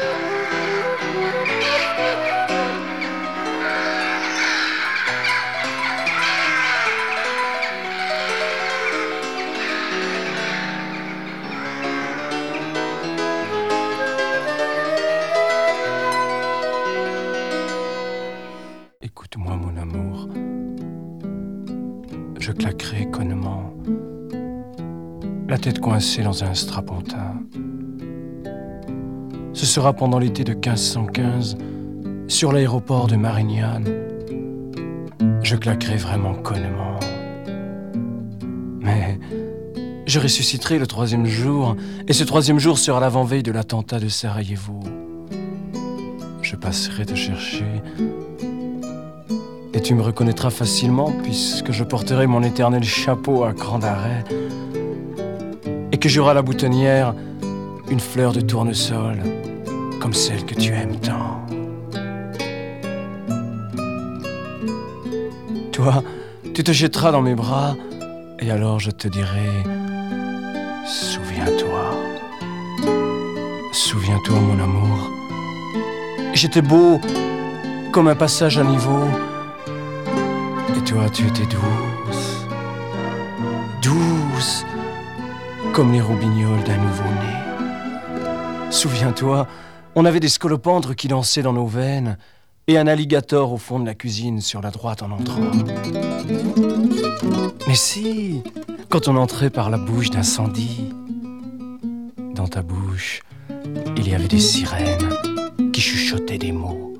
Écoute-moi, mon amour. Je claquerai connement, la tête coincée dans un strapontin. Ce sera pendant l'été de 1515, sur l'aéroport de Marignane. Je claquerai vraiment connement. Mais je ressusciterai le 3e jour, et ce 3e jour sera l'avant-veille de l'attentat de Sarajevo. Je passerai te chercher, et tu me reconnaîtras facilement puisque je porterai mon éternel chapeau à cran d'arrêt et que j'aurai à la boutonnière une fleur de tournesol comme celle que tu aimes tant. Toi, tu te jetteras dans mes bras et alors je te dirai « Souviens-toi, souviens-toi mon amour, j'étais beau comme un passage à niveau. Et toi, tu étais douce, douce, comme les roubignoles d'un nouveau-né. Souviens-toi, on avait des scolopendres qui dansaient dans nos veines et un alligator au fond de la cuisine sur la droite en entrant. Mais si, quand on entrait par la bouche d'incendie, dans ta bouche, il y avait des sirènes qui chuchotaient des mots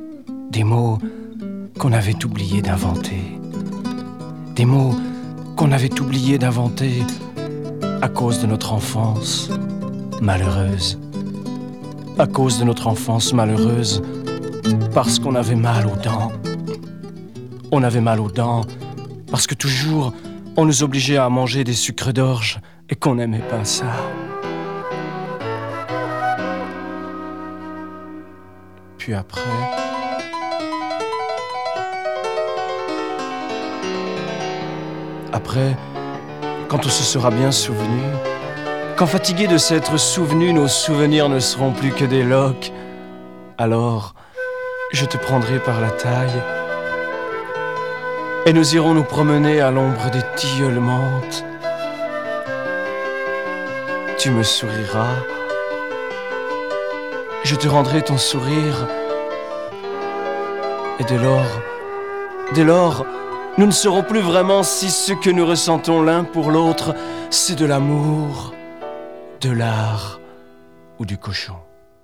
qu'on avait oublié d'inventer. Des mots qu'on avait oublié d'inventer à cause de notre enfance malheureuse. À cause de notre enfance malheureuse, parce qu'on avait mal aux dents. On avait mal aux dents parce que toujours on nous obligeait à manger des sucres d'orge et qu'on n'aimait pas ça. Puis après... Après, quand on se sera bien souvenu, Quand fatigués de s'être souvenus, nos souvenirs ne seront plus que des loques, alors je te prendrai par la taille et nous irons nous promener à l'ombre des tilleuls menthes. Tu me souriras, je te rendrai ton sourire, et dès lors, nous ne serons plus vraiment si ce que nous ressentons l'un pour l'autre, c'est de l'amour, de l'art ou du cochon.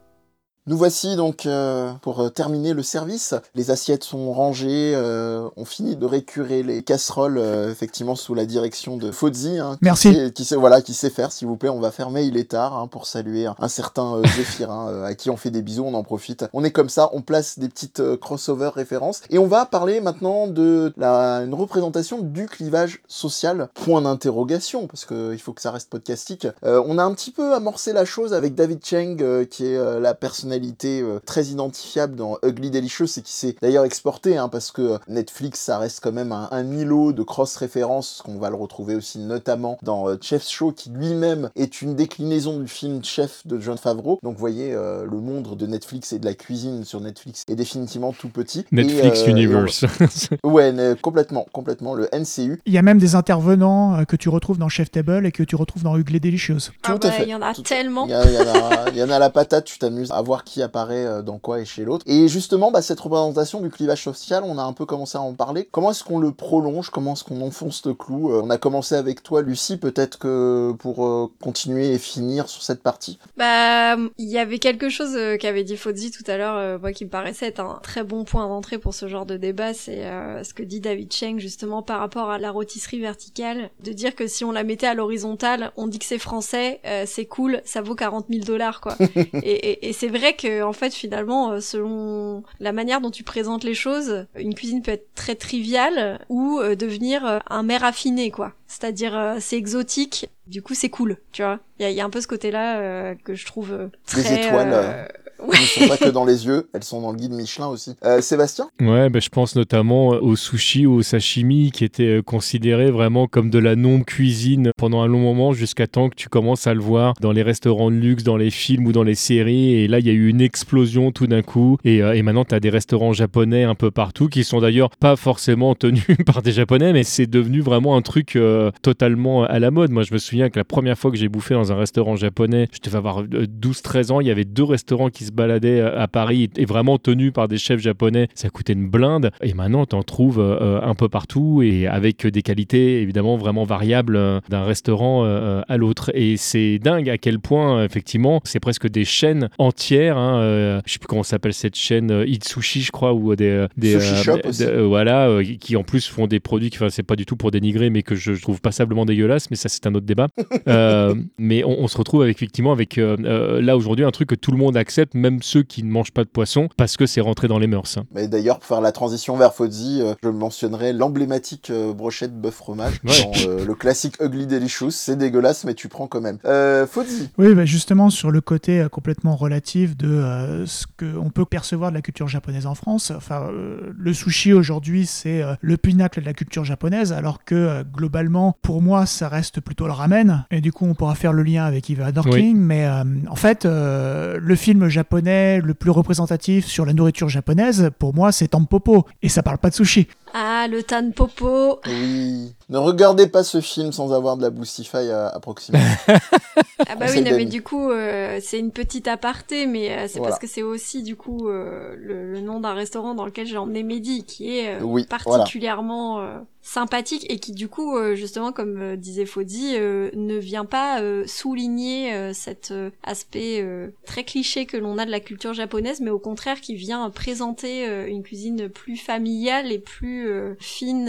Nous voici donc pour terminer le service. Les assiettes sont rangées, on finit de récurer les casseroles effectivement sous la direction de Fozzie. Merci. Qui sait faire, s'il vous plaît. On va fermer, il est tard, pour saluer un certain Zéphirin à qui on fait des bisous, on en profite. On est comme ça, on place des petites crossover références et on va parler maintenant de une représentation du clivage social. Point d'interrogation, parce qu'il faut que ça reste podcastique. On a un petit peu amorcé la chose avec David Chang, qui est la personnalité très identifiable dans Ugly Delicious et qui s'est d'ailleurs exporté parce que Netflix ça reste quand même un îlot de cross-références, qu'on va le retrouver aussi notamment dans Chef's Show qui lui-même est une déclinaison du film Chef de Jon Favreau. Donc vous voyez, le monde de Netflix et de la cuisine sur Netflix est définitivement tout petit. Netflix Universe. Ouais, complètement, le NCU. Il y a même des intervenants que tu retrouves dans Chef Table et que tu retrouves dans Ugly Delicious. Tout à fait. Il y en a tellement. Il y en a à la patate, tu t'amuses à voir qui apparaît dans quoi et chez l'autre. Et justement, cette représentation du clivage social, on a un peu commencé à en parler. Comment est-ce qu'on le prolonge? Comment est-ce qu'on enfonce le clou? On a commencé avec toi, Lucie, peut-être que pour continuer et finir sur cette partie. Il y avait quelque chose qu'avait dit Fozzie tout à l'heure, moi qui me paraissait être un très bon point d'entrée pour ce genre de débat, c'est ce que dit David Chang justement par rapport à la rôtisserie verticale, de dire que si on la mettait à l'horizontale, on dit que c'est français, c'est cool, ça vaut $40,000 quoi. et c'est vrai que en fait finalement selon la manière dont tu présentes les choses, une cuisine peut être très triviale ou devenir un mets raffiné quoi. C'est-à-dire c'est exotique, du coup c'est cool, tu vois. Il y a un peu ce côté-là que je trouve très... Les étoiles elles ne sont pas que dans les yeux, elles sont dans le guide Michelin aussi. Sébastien ? Ouais, je pense notamment au sushi ou au sashimi qui étaient considérés vraiment comme de la non-cuisine pendant un long moment jusqu'à temps que tu commences à le voir dans les restaurants de luxe, dans les films ou dans les séries. Et là, il y a eu une explosion tout d'un coup. Et maintenant, tu as des restaurants japonais un peu partout qui sont d'ailleurs pas forcément tenus par des japonais, mais c'est devenu vraiment un truc totalement à la mode. Moi, je me souviens que la première fois que j'ai bouffé dans un restaurant japonais, je devais avoir 12-13 ans, il y avait 2 restaurants qui se baladaient à Paris et vraiment tenus par des chefs japonais. Ça coûtait une blinde. Et maintenant, tu en trouves un peu partout et avec des qualités évidemment vraiment variables d'un restaurant à l'autre. Et c'est dingue à quel point, effectivement, c'est presque des chaînes entières. Je sais plus comment s'appelle cette chaîne, Itsushi, je crois, ou des Sushi Shop aussi. Voilà, qui en plus font des produits qui, c'est pas du tout pour dénigrer, mais que je trouve passablement dégueulasse. Mais ça, c'est un autre débat. Mais on se retrouve effectivement avec là aujourd'hui un truc que tout le monde accepte, même ceux qui ne mangent pas de poisson, parce que c'est rentré dans les mœurs. Mais d'ailleurs, pour faire la transition vers Fozzie, je mentionnerai l'emblématique brochette bœuf fromage dans le classique Ugly Delicious. C'est dégueulasse, mais tu prends quand même. Fozzie. Oui, justement sur le côté complètement relatif de ce qu'on peut percevoir de la culture japonaise en France. Enfin, le sushi aujourd'hui, c'est le pinacle de la culture japonaise, alors que globalement, pour moi, ça reste plutôt le ramen. Et du coup, on pourra faire le lien avec Eva Dorking. Oui. Mais en fait, le film japonais le plus représentatif sur la nourriture japonaise, pour moi, c'est Tampopo. Et ça parle pas de sushi. Ah, le Tanpopo. Oui. Ne regardez pas ce film sans avoir de la Boostify à proximité. Ah bah oui, non, mais du coup, c'est une petite aparté, mais c'est voilà. Parce que c'est aussi, du coup, le nom d'un restaurant dans lequel j'ai emmené Mehdi, qui est particulièrement sympathique et qui, du coup, justement, comme disait Fozzie, ne vient pas souligner cet aspect très cliché que l'on a de la culture japonaise, mais au contraire, qui vient présenter une cuisine plus familiale et plus fine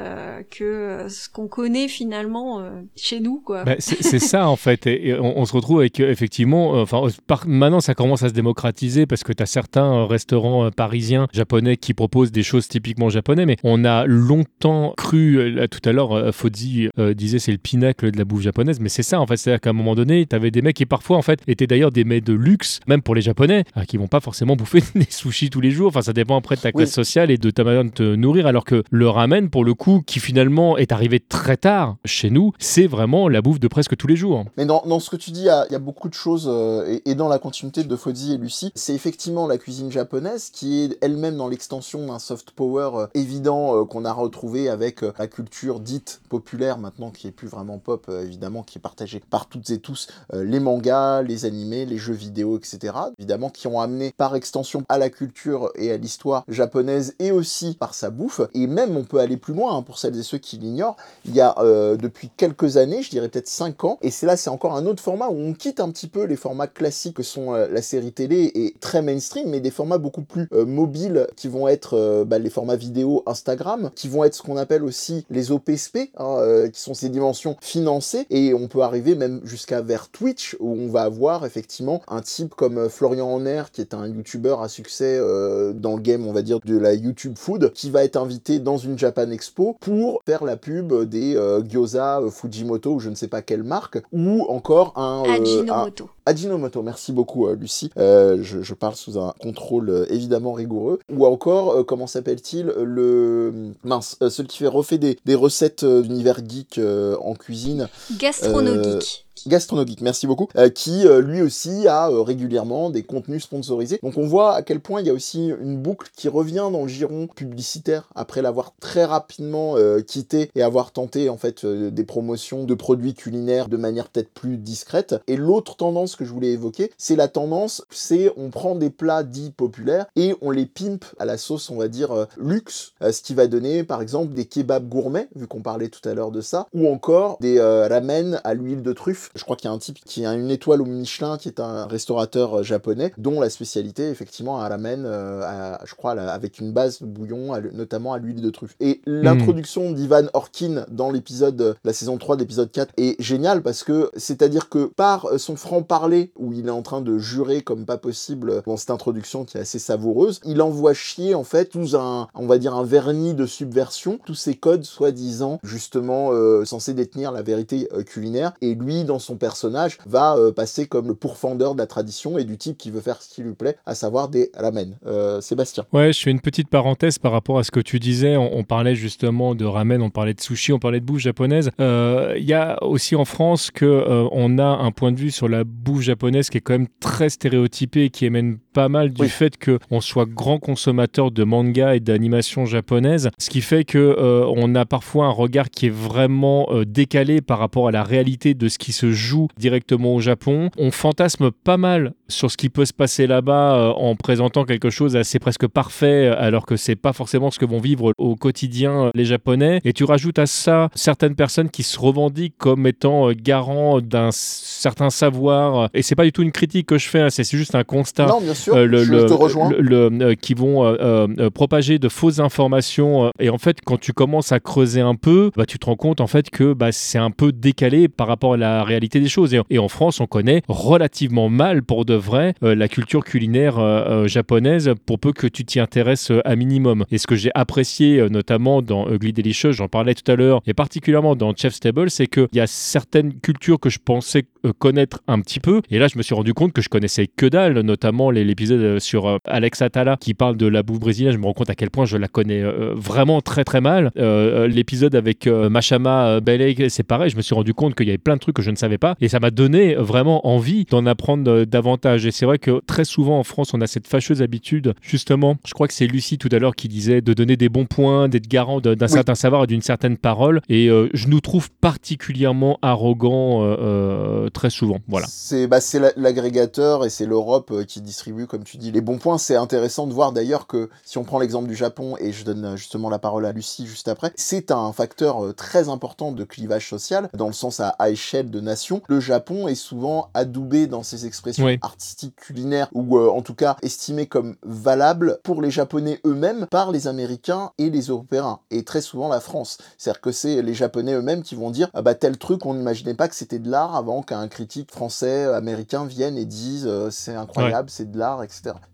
que ce qu'on connaît finalement chez nous, quoi. C'est ça en fait, et on se retrouve avec effectivement, maintenant ça commence à se démocratiser parce que tu as certains restaurants parisiens japonais qui proposent des choses typiquement japonais, mais on a longtemps cru, là, tout à l'heure Fozzie disait c'est le pinacle de la bouffe japonaise, mais c'est ça en fait, c'est-à-dire qu'à un moment donné tu avais des mecs qui parfois en fait étaient d'ailleurs des mets de luxe, même pour les japonais, qui vont pas forcément bouffer des sushis tous les jours, ça dépend après de ta classe sociale et de ta manière de te nourrir, alors que le ramen pour le coup qui finalement est arrivé arrivé très tard chez nous, c'est vraiment la bouffe de presque tous les jours. Mais dans ce que tu dis, il y a beaucoup de choses, et dans la continuité de Fozzie et Lucie, c'est effectivement la cuisine japonaise qui est elle-même dans l'extension d'un soft power évident qu'on a retrouvé avec la culture dite populaire maintenant, qui est plus vraiment pop, évidemment, qui est partagée par toutes et tous, les mangas, les animés, les jeux vidéo, etc. Évidemment, qui ont amené par extension à la culture et à l'histoire japonaise, et aussi par sa bouffe. Et même, on peut aller plus loin, pour celles et ceux qui l'ignorent, il y a depuis quelques années, je dirais peut-être 5 ans, et c'est encore un autre format où on quitte un petit peu les formats classiques que sont la série télé et très mainstream, mais des formats beaucoup plus mobiles qui vont être les formats vidéo Instagram, qui vont être ce qu'on appelle aussi les OPSP, qui sont ces dimensions financées, et on peut arriver même jusqu'à vers Twitch, où on va avoir effectivement un type comme Florian Honner, qui est un youtubeur à succès dans le game, on va dire, de la YouTube Food, qui va être invité dans une Japan Expo pour faire la pub des gyoza Fujimoto, ou je ne sais pas quelle marque, ou encore un... Ajinomoto. Ajinomoto, merci beaucoup Lucie, je parle sous un contrôle évidemment rigoureux. Ou encore, comment s'appelle-t-il, celui qui refait des recettes d'univers geek en cuisine. Gastronogeek. Gastronogeek, merci beaucoup, qui lui aussi a régulièrement des contenus sponsorisés. Donc on voit à quel point il y a aussi une boucle qui revient dans le giron publicitaire après l'avoir très rapidement quitté et avoir tenté en fait des promotions de produits culinaires de manière peut-être plus discrète. Et l'autre tendance que je voulais évoquer, c'est la tendance, on prend des plats dits populaires et on les pimpe à la sauce, on va dire, luxe, ce qui va donner par exemple des kebabs gourmets, vu qu'on parlait tout à l'heure de ça, ou encore des ramen à l'huile de truffe. Je crois qu'il y a un type qui a une étoile au Michelin, qui est un restaurateur japonais, dont la spécialité, effectivement, un ramen, je crois, avec une base de bouillon, notamment à l'huile de truffe. Et l'introduction d'Ivan Orkin dans l'épisode, la saison 3 de l'épisode 4, est géniale, parce que, c'est-à-dire que par son franc-parler, où il est en train de jurer comme pas possible dans cette introduction qui est assez savoureuse, il envoie chier, en fait, on va dire, un vernis de subversion, tous ces codes, soi-disant, justement, censés détenir la vérité culinaire, et lui, dans son personnage, va passer comme le pourfendeur de la tradition et du type qui veut faire ce qui lui plaît, à savoir des ramen. Sébastien. Ouais, je fais une petite parenthèse par rapport à ce que tu disais. On parlait justement de ramen, on parlait de sushi, on parlait de bouffe japonaise. Il y a aussi en France on a un point de vue sur la bouffe japonaise qui est quand même très stéréotypé et qui émane pas mal du fait qu'on soit grand consommateur de manga et d'animation japonaise, ce qui fait qu'on a parfois un regard qui est vraiment décalé par rapport à la réalité de ce qui se joue directement au Japon. On fantasme pas mal sur ce qui peut se passer là-bas en présentant quelque chose assez presque parfait, alors que c'est pas forcément ce que vont vivre au quotidien les Japonais. Et tu rajoutes à ça certaines personnes qui se revendiquent comme étant garants d'un certain savoir. Et c'est pas du tout une critique que je fais, c'est juste un constat. Non, bien sûr, je te rejoins. Qui vont propager de fausses informations. Et en fait, quand tu commences à creuser un peu, tu te rends compte en fait que c'est un peu décalé par rapport à la réalité des choses. Et en France, on connaît relativement mal, pour de vrai, la culture culinaire japonaise, pour peu que tu t'y intéresses à minimum. Et ce que j'ai apprécié, notamment dans Ugly Delicious, j'en parlais tout à l'heure, et particulièrement dans Chef's Table, c'est qu'il y a certaines cultures que je pensais connaître un petit peu. Et là, je me suis rendu compte que je connaissais que dalle, notamment l'épisode sur Alex Atala qui parle de la bouffe brésilienne. Je me rends compte à quel point je la connais vraiment très très mal. L'épisode avec Machama Belay, c'est pareil. Je me suis rendu compte qu'il y avait plein de trucs que je ne savais pas. Et ça m'a donné vraiment envie d'en apprendre davantage. Et c'est vrai que très souvent en France, on a cette fâcheuse habitude, justement, je crois que c'est Lucie tout à l'heure qui disait de donner des bons points, d'être garant d'un certain savoir et d'une certaine parole. Et je nous trouve particulièrement arrogants très souvent. Voilà. C'est l'agrégateur et c'est l'Europe qui distribue, comme tu dis, les bons points. C'est intéressant de voir d'ailleurs que si on prend l'exemple du Japon, et je donne justement la parole à Lucie juste après, c'est un facteur très important de clivage social, dans le sens à échelle de nation. Le Japon est souvent adoubé dans ses expressions artistiques culinaires, ou en tout cas estimé comme valable pour les Japonais eux-mêmes par les Américains et les Européens, et très souvent la France. C'est-à-dire que c'est les Japonais eux-mêmes qui vont dire tel truc, on n'imaginait pas que c'était de l'art avant qu'un critique français, américain vienne et dise c'est incroyable, c'est de l'art, etc. Lucie ?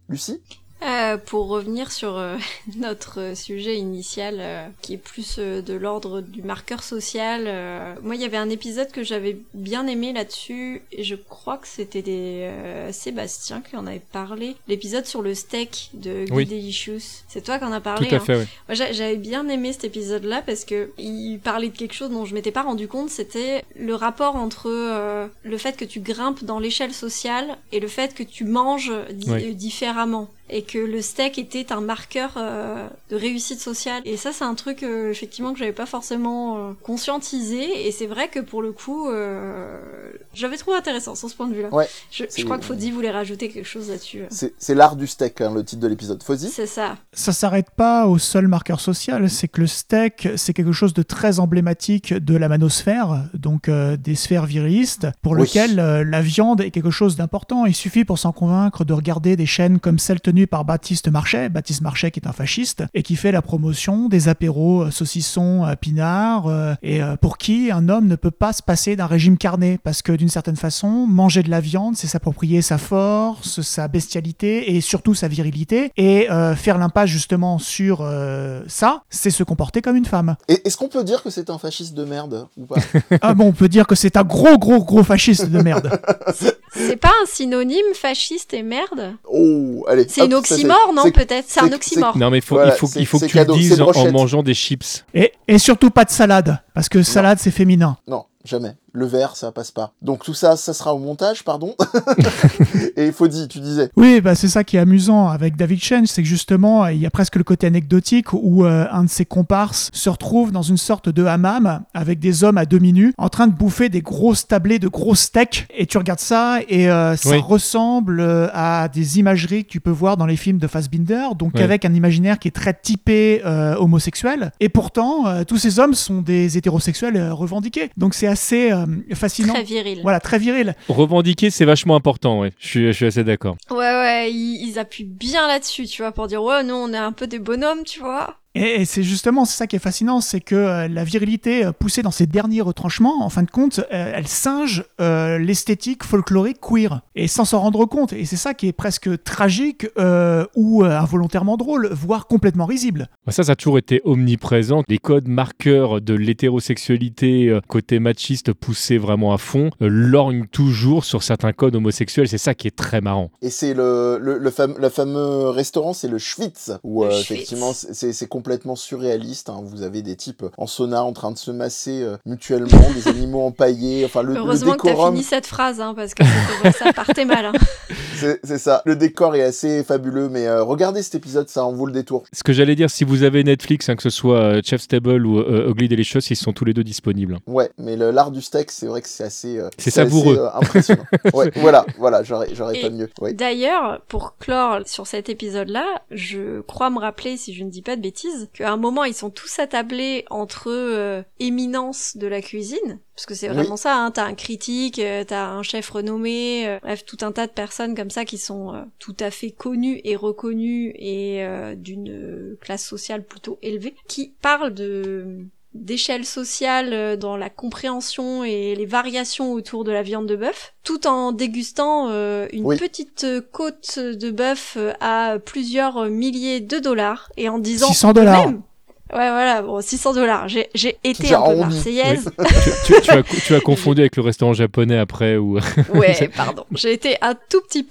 Pour revenir sur notre sujet initial, qui est plus de l'ordre du marqueur social, moi il y avait un épisode que j'avais bien aimé là-dessus, et je crois que c'était Sébastien qui en avait parlé, l'épisode sur le steak de Guy Delicious. C'est toi qui en as parlé. Tout à fait, oui. Moi j'avais bien aimé cet épisode-là parce que il parlait de quelque chose dont je m'étais pas rendu compte, c'était le rapport entre le fait que tu grimpes dans l'échelle sociale et le fait que tu manges différemment. Et que le steak était un marqueur de réussite sociale. Et ça, c'est un truc, effectivement, que j'avais pas forcément conscientisé. Et c'est vrai que, pour le coup, j'avais trouvé intéressant sur ce point de vue-là. Ouais, je crois que Faudy voulait rajouter quelque chose là-dessus. C'est l'art du steak, hein, le titre de l'épisode. Faudy ? C'est ça. Ça s'arrête pas au seul marqueur social, c'est que le steak, c'est quelque chose de très emblématique de la manosphère, donc des sphères virilistes, pour lequel la viande est quelque chose d'important. Il suffit pour s'en convaincre de regarder des chaînes comme celle tenue par Baptiste Marchais qui est un fasciste et qui fait la promotion des apéros saucissons pinards et pour qui un homme ne peut pas se passer d'un régime carné, parce que d'une certaine façon, manger de la viande, c'est s'approprier sa force, sa bestialité et surtout sa virilité, et faire l'impasse justement sur ça, c'est se comporter comme une femme. Et est-ce qu'on peut dire que c'est un fasciste de merde ou pas ? Ah bon, on peut dire que c'est un gros fasciste de merde. C'est pas un synonyme, fasciste et merde ? Oh, allez. C'est une oxymore, non, peut-être ? C'est un oxymore. Non, mais il faut que tu le dises en mangeant des chips. Et surtout pas de salade, parce que salade, c'est féminin. Non, jamais. Le vert, ça passe pas. Donc tout ça, ça sera au montage, pardon. Et Faudy, tu disais. Oui, c'est ça qui est amusant avec David Chang, c'est que justement, il y a presque le côté anecdotique où un de ses comparses se retrouve dans une sorte de hammam avec des hommes à demi nus en train de bouffer des grosses tablées de gros steaks. Et tu regardes ça et ça ressemble à des imageries que tu peux voir dans les films de Fassbinder, donc avec un imaginaire qui est très typé homosexuel. Et pourtant, tous ces hommes sont des hétérosexuels revendiqués. Donc c'est assez fascinant. Très viril. Voilà, très viril. Revendiquer, c'est vachement important, je suis assez d'accord. Ouais, ils appuient bien là-dessus, tu vois, pour dire nous on est un peu des bonhommes, tu vois. Et c'est justement ça qui est fascinant, c'est que la virilité poussée dans ses derniers retranchements, en fin de compte, elle singe l'esthétique folklorique queer, et sans s'en rendre compte. Et c'est ça qui est presque tragique ou involontairement drôle, voire complètement risible. Ça a toujours été omniprésent. Les codes marqueurs de l'hétérosexualité côté machiste poussé vraiment à fond lorgnent toujours sur certains codes homosexuels. C'est ça qui est très marrant. Et c'est le fameux restaurant, c'est le Schwitz, où effectivement c'est complètement surréaliste, hein. Vous avez des types en sauna en train de se masser mutuellement, des animaux empaillés, enfin heureusement le décorum... que t'as fini cette phrase, hein, parce que ça partait mal. Hein. C'est ça, le décor est assez fabuleux, mais regardez cet épisode, ça en vaut le détour. Ce que j'allais dire, si vous avez Netflix, que ce soit Chef's Table ou Ugly Delicious, ils sont tous les deux disponibles. Ouais, mais l'art du steak, c'est vrai que c'est assez... c'est savoureux. Assez, impressionnant. Ouais, voilà, j'aurais pas mieux. Ouais. D'ailleurs, pour clore sur cet épisode-là, je crois me rappeler, si je ne dis pas de bêtises, qu'à un moment, ils sont tous attablés entre éminences de la cuisine, parce que c'est vraiment ça, hein, t'as un critique, t'as un chef renommé, bref, tout un tas de personnes comme ça qui sont tout à fait connues et reconnues et d'une classe sociale plutôt élevée, qui parlent d'échelle sociale dans la compréhension et les variations autour de la viande de bœuf, tout en dégustant une petite côte de bœuf à plusieurs milliers de dollars et en disant $600. Ouais, voilà, bon, $600. J'ai été un peu marseillaise. Oui. tu as confondu avec le restaurant japonais après ou... Ouais, pardon. J'ai été un tout petit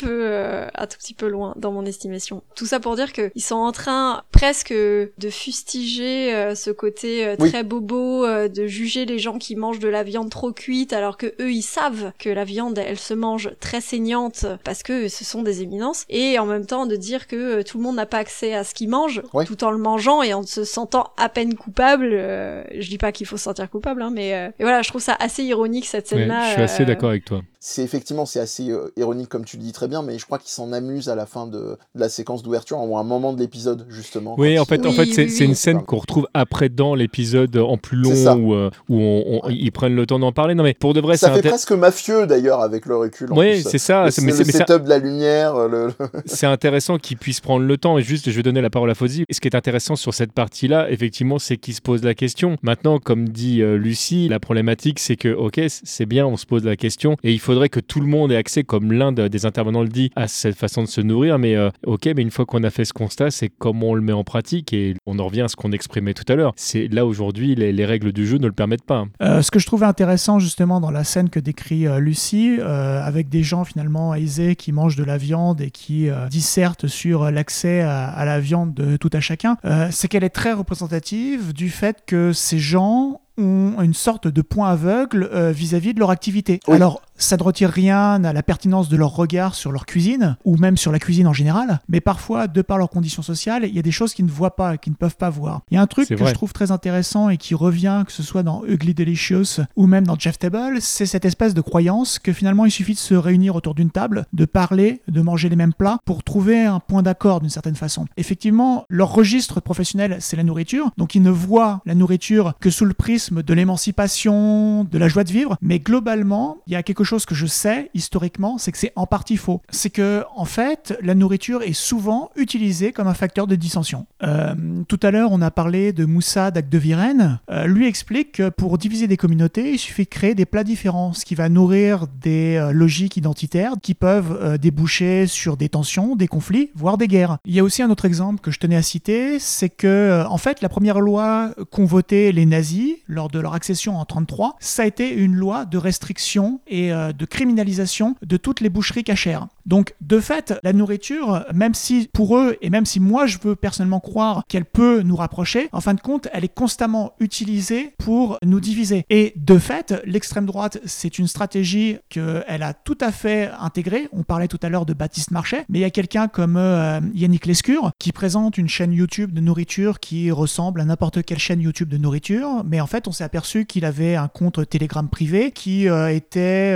peu loin dans mon estimation. Tout ça pour dire que ils sont en train presque de fustiger ce côté très bobo, de juger les gens qui mangent de la viande trop cuite, alors que eux, ils savent que la viande, elle se mange très saignante parce que ce sont des éminences, et en même temps de dire que tout le monde n'a pas accès à ce qu'ils mangent, tout en le mangeant et en se sentant à peine coupable. Je dis pas qu'il faut se sentir coupable, hein, mais et voilà, je trouve ça assez ironique cette scène-là. Je suis assez d'accord avec toi. C'est assez ironique comme tu le dis très bien, mais je crois qu'ils s'en amusent à la fin de la séquence d'ouverture, ou à un moment de l'épisode justement. Oui, en fait, c'est une scène qu'on retrouve après dans l'épisode en plus long où ils prennent le temps d'en parler. Non mais pour de vrai, ça fait presque mafieux d'ailleurs avec le recul. Oui, c'est ça. Le setup de la lumière. C'est intéressant qu'ils puissent prendre le temps. Et juste, je vais donner la parole à Fauzy. Et ce qui est intéressant sur cette partie-là, effectivement, c'est qu'ils se posent la question. Maintenant, comme dit Lucie, la problématique, c'est que ok, c'est bien, on se pose la question, et il faudra faudrait que tout le monde ait accès, comme l'un des intervenants le dit, à cette façon de se nourrir, mais mais une fois qu'on a fait ce constat, c'est comment on le met en pratique, et on en revient à ce qu'on exprimait tout à l'heure. C'est là aujourd'hui, les règles du jeu ne le permettent pas. Ce que je trouvais intéressant justement dans la scène que décrit Lucie, avec des gens finalement aisés qui mangent de la viande et qui dissertent sur l'accès à la viande de tout à chacun, c'est qu'elle est très représentative du fait que ces gens ont une sorte de point aveugle vis-à-vis de leur activité. Oui. Alors, ça ne retire rien à la pertinence de leur regard sur leur cuisine, ou même sur la cuisine en général, mais parfois, de par leurs conditions sociales, il y a des choses qu'ils ne voient pas, qu'ils ne peuvent pas voir. Il y a un truc je trouve très intéressant et qui revient, que ce soit dans Ugly Delicious ou même dans Chef's Table, c'est cette espèce de croyance que finalement, il suffit de se réunir autour d'une table, de parler, de manger les mêmes plats, pour trouver un point d'accord d'une certaine façon. Effectivement, leur registre professionnel, c'est la nourriture, donc ils ne voient la nourriture que sous le prisme de l'émancipation, de la joie de vivre, mais globalement, il y a quelque chose que je sais historiquement, c'est que c'est en partie faux. C'est que, en fait, la nourriture est souvent utilisée comme un facteur de dissension. Tout à l'heure, on a parlé de Moussa d'Agdeviren. Lui explique que pour diviser des communautés, il suffit de créer des plats différents, ce qui va nourrir des logiques identitaires qui peuvent déboucher sur des tensions, des conflits, voire des guerres. Il y a aussi un autre exemple que je tenais à citer, c'est que, en fait, la première loi qu'ont votée les nazis lors de leur accession en 1933, ça a été une loi de restriction et de criminalisation de toutes les boucheries cachères. Donc, de fait, la nourriture, même si pour eux, et même si moi je veux personnellement croire qu'elle peut nous rapprocher, en fin de compte, elle est constamment utilisée pour nous diviser. Et de fait, l'extrême droite, c'est une stratégie qu'elle a tout à fait intégrée. On parlait tout à l'heure de Baptiste Marchais, mais il y a quelqu'un comme Yannick Lescure qui présente une chaîne YouTube de nourriture qui ressemble à n'importe quelle chaîne YouTube de nourriture, mais en fait, on s'est aperçu qu'il avait un compte Telegram privé qui était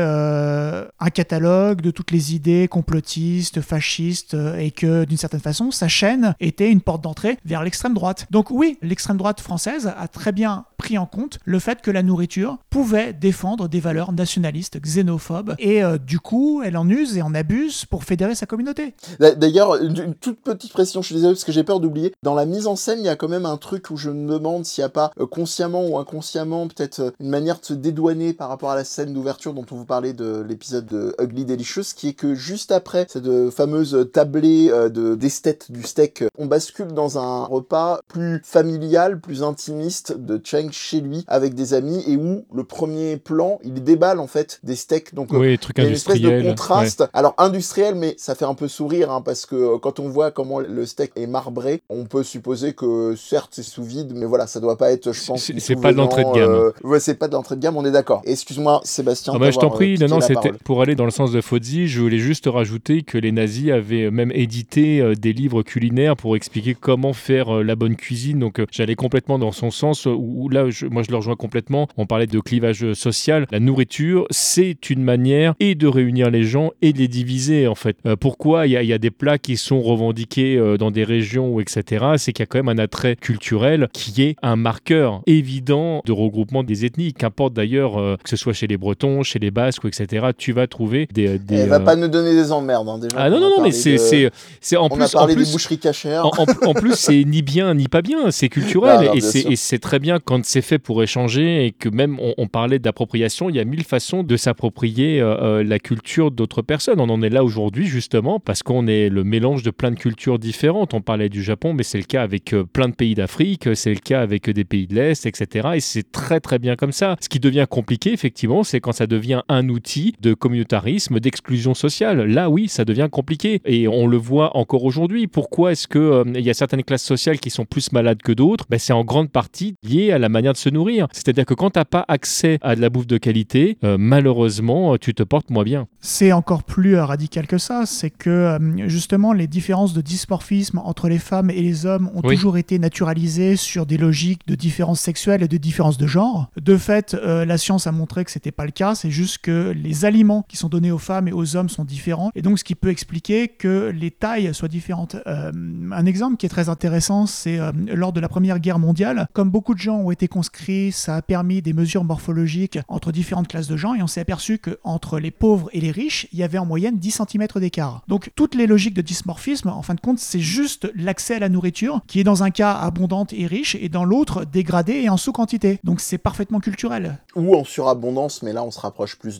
un catalogue de toutes les idées complotistes, fascistes, et que d'une certaine façon, sa chaîne était une porte d'entrée vers l'extrême droite. Donc oui, l'extrême droite française a très bien pris en compte le fait que la nourriture pouvait défendre des valeurs nationalistes, xénophobes, et du coup, elle en use et en abuse pour fédérer sa communauté. D'ailleurs, une toute petite précision, je suis désolé parce que j'ai peur d'oublier. Dans la mise en scène, il y a quand même un truc où je me demande s'il n'y a pas consciemment ou inconsciemment peut-être une manière de se dédouaner par rapport à la scène d'ouverture dont on vous parlait de l'épisode de Ugly Delicious, qui est que juste après cette fameuse tablée d'esthète du steak, on bascule dans un repas plus familial, plus intimiste de Cheng chez lui avec des amis, et où le premier plan, il déballe en fait des steaks, donc oui, truc il y a une espèce de contraste, ouais. Alors industriel, mais ça fait un peu sourire, hein, parce que quand on voit comment le steak est marbré, on peut supposer que certes c'est sous vide, mais voilà, ça doit pas être, je pense, c'est pas de l'entrée de gamme. Ouais, c'est pas de l'entrée de gamme, on est d'accord. Excuse-moi, Sébastien. Je t'en prie, non, c'était pour aller dans le sens de Fozzi, je voulais juste rajouter que les nazis avaient même édité des livres culinaires pour expliquer comment faire la bonne cuisine, donc j'allais complètement dans son sens, où là, moi je le rejoins complètement, on parlait de clivage social, la nourriture, c'est une manière et de réunir les gens et de les diviser, en fait. Pourquoi il y a des plats qui sont revendiqués dans des régions, etc., c'est qu'il y a quand même un attrait culturel qui est un marqueur évident de regroupement des ethnies, qu'importe d'ailleurs que ce soit chez les Bretons, chez les Basques, etc., tu vas trouver des Elle va pas nous donner des emmerdes, hein, déjà. Ah non, mais c'est en plus... On a parlé des boucheries cachères. En plus, c'est ni bien ni pas bien, c'est culturel, et c'est très bien quand c'est fait pour échanger, et que même on parlait d'appropriation, il y a 1000 façons de s'approprier la culture d'autres personnes. On en est là aujourd'hui, justement, parce qu'on est le mélange de plein de cultures différentes. On parlait du Japon, mais c'est le cas avec plein de pays d'Afrique, c'est le cas avec des pays de l'Est, etc. Et c'est très très bien comme ça. Ce qui devient compliqué, effectivement, c'est quand ça devient un outil de communautarisme, d'exclusion sociale. Là, oui, ça devient compliqué. Et on le voit encore aujourd'hui. Pourquoi est-ce qu'il y a certaines classes sociales qui sont plus malades que d'autres ? C'est en grande partie lié à la manière de se nourrir. C'est-à-dire que quand tu n'as pas accès à de la bouffe de qualité, malheureusement, tu te portes moins bien. C'est encore plus radical que ça. C'est que, justement, les différences de dysmorphisme entre les femmes et les hommes ont toujours été naturalisées sur des logiques de différences sexuelles et de différences de genre. De fait, la science a montré que c'était pas le cas. C'est juste que les aliments qui sont donnés aux femmes et aux hommes sont différents. Et donc, ce qui peut expliquer que les tailles soient différentes. Un exemple qui est très intéressant, c'est lors de la Première Guerre mondiale, comme beaucoup de gens ont été conscrits, ça a permis des mesures morphologiques entre différentes classes de gens, et on s'est aperçu qu'entre les pauvres et les riches, il y avait en moyenne 10 cm d'écart. Donc, toutes les logiques de dysmorphisme, en fin de compte, c'est juste l'accès à la nourriture, qui est dans un cas abondante et riche, et dans l'autre, dégradée et en sous-quantité. Donc, c'est parfaitement culturel. Ou en surabondance, mais là, on se rapproche plus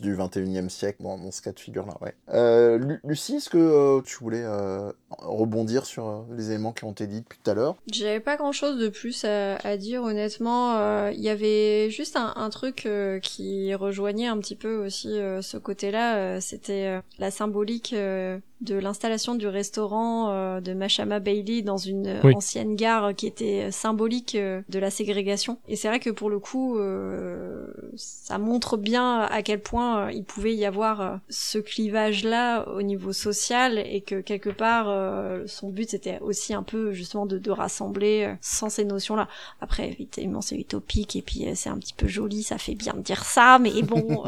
du 21e siècle dans ce cas de figure-là, ouais. Lucie, est-ce que tu voulais rebondir sur les éléments qui ont été dits depuis tout à l'heure? J'avais pas grand-chose de plus à dire, honnêtement. Il y avait juste un truc qui rejoignait un petit peu aussi ce côté-là, c'était la symbolique de l'installation du restaurant de Mashama Bailey dans une ancienne gare qui était symbolique de la ségrégation. Et c'est vrai que pour le coup, ça montre bien à quel point il pouvait y avoir ce clivage-là au niveau social et que quelque part, son but c'était aussi un peu justement de rassembler sans ces notions-là. Après, évidemment, c'est utopique et puis c'est un petit peu joli, ça fait bien de dire ça, mais bon...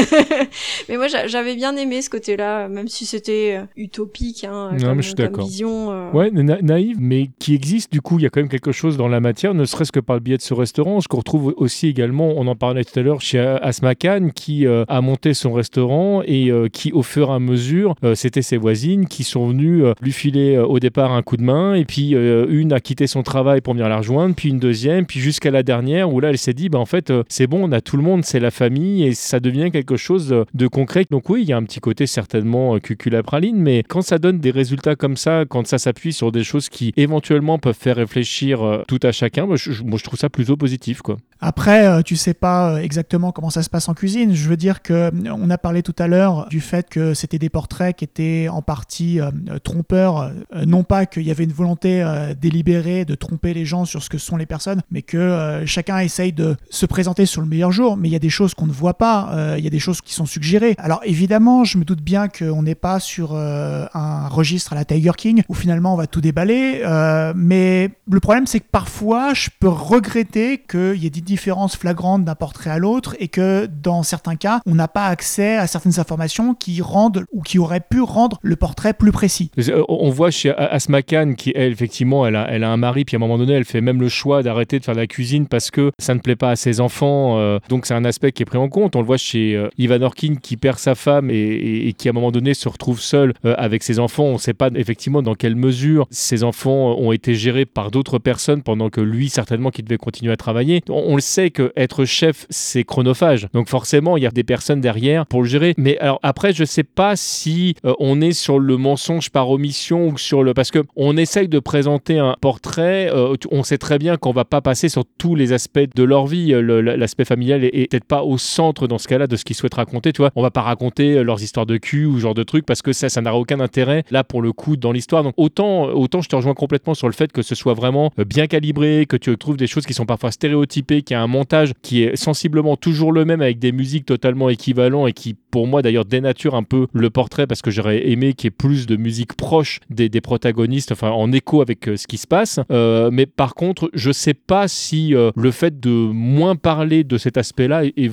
Mais moi, j'avais bien aimé ce côté-là, même si c'était utopique, comme vision. Ouais, naïve, mais qui existe. Du coup, il y a quand même quelque chose dans la matière, ne serait-ce que par le biais de ce restaurant. Ce qu'on retrouve aussi également, on en parlait tout à l'heure, chez Asma Khan, qui a monté son restaurant et qui, au fur et à mesure, c'était ses voisines qui sont venues lui filer au départ un coup de main, et puis une a quitté son travail pour venir la rejoindre, puis une deuxième, puis jusqu'à la dernière, où là, elle s'est dit, en fait, c'est bon, on a tout le monde, c'est la famille, et ça devient quelque chose de concret. Donc oui, il y a un petit côté certainement cuculapraline, mais quand ça donne des résultats comme ça, quand ça s'appuie sur des choses qui éventuellement peuvent faire réfléchir tout à chacun, moi je trouve ça plutôt positif, quoi. Après, tu sais pas exactement comment ça se passe en cuisine. Je veux dire que on a parlé tout à l'heure du fait que c'était des portraits qui étaient en partie trompeurs. Non pas qu'il y avait une volonté délibérée de tromper les gens sur ce que sont les personnes, mais que chacun essaye de se présenter sur le meilleur jour. Mais il y a des choses qu'on ne voit pas. Il y a des choses qui sont suggérées. Alors évidemment, je me doute bien qu'on n'est pas sur un registre à la Tiger King où finalement on va tout déballer. Mais le problème, c'est que parfois, je peux regretter qu'il y ait des différences flagrantes d'un portrait à l'autre et que dans certains cas, on n'a pas accès à certaines informations qui rendent ou qui auraient pu rendre le portrait plus précis. On voit chez Asma Khan qui, elle, effectivement, elle a un mari, puis à un moment donné, elle fait même le choix d'arrêter de faire de la cuisine parce que ça ne plaît pas à ses enfants. Donc c'est un aspect qui est pris en compte. On le voit chez Ivan Orkin qui perd sa femme et qui, à un moment donné, se retrouve seul avec ses enfants. On ne sait pas effectivement dans quelle mesure ses enfants ont été gérés par d'autres personnes pendant que lui, certainement, qui devait continuer à travailler. On le sait qu'être chef, c'est chronophage. Donc forcément, il y a des personnes derrière pour le gérer. Mais alors après, je ne sais pas si on est sur le mensonge par omission ou sur le... Parce qu'on essaye de présenter un portrait, on sait très bien qu'on ne va pas passer sur tous les aspects de leur vie. L'aspect familial est peut-être pas au centre dans ce cas-là de ce qu'ils souhaitent raconter. Tu vois, on ne va pas raconter leurs histoires de cul ou ce genre de trucs parce que ça n'aura aucun intérêt là pour le coup dans l'histoire. Donc autant je te rejoins complètement sur le fait que ce soit vraiment bien calibré, que tu trouves des choses qui sont parfois stéréotypées, qu'il y a un montage qui est sensiblement toujours le même avec des musiques totalement équivalentes et qui pour moi d'ailleurs dénature un peu le portrait parce que j'aurais aimé qu'il y ait plus de musique proche des protagonistes, enfin en écho avec ce qui se passe. Mais par contre, je sais pas si le fait de moins parler de cet aspect-là est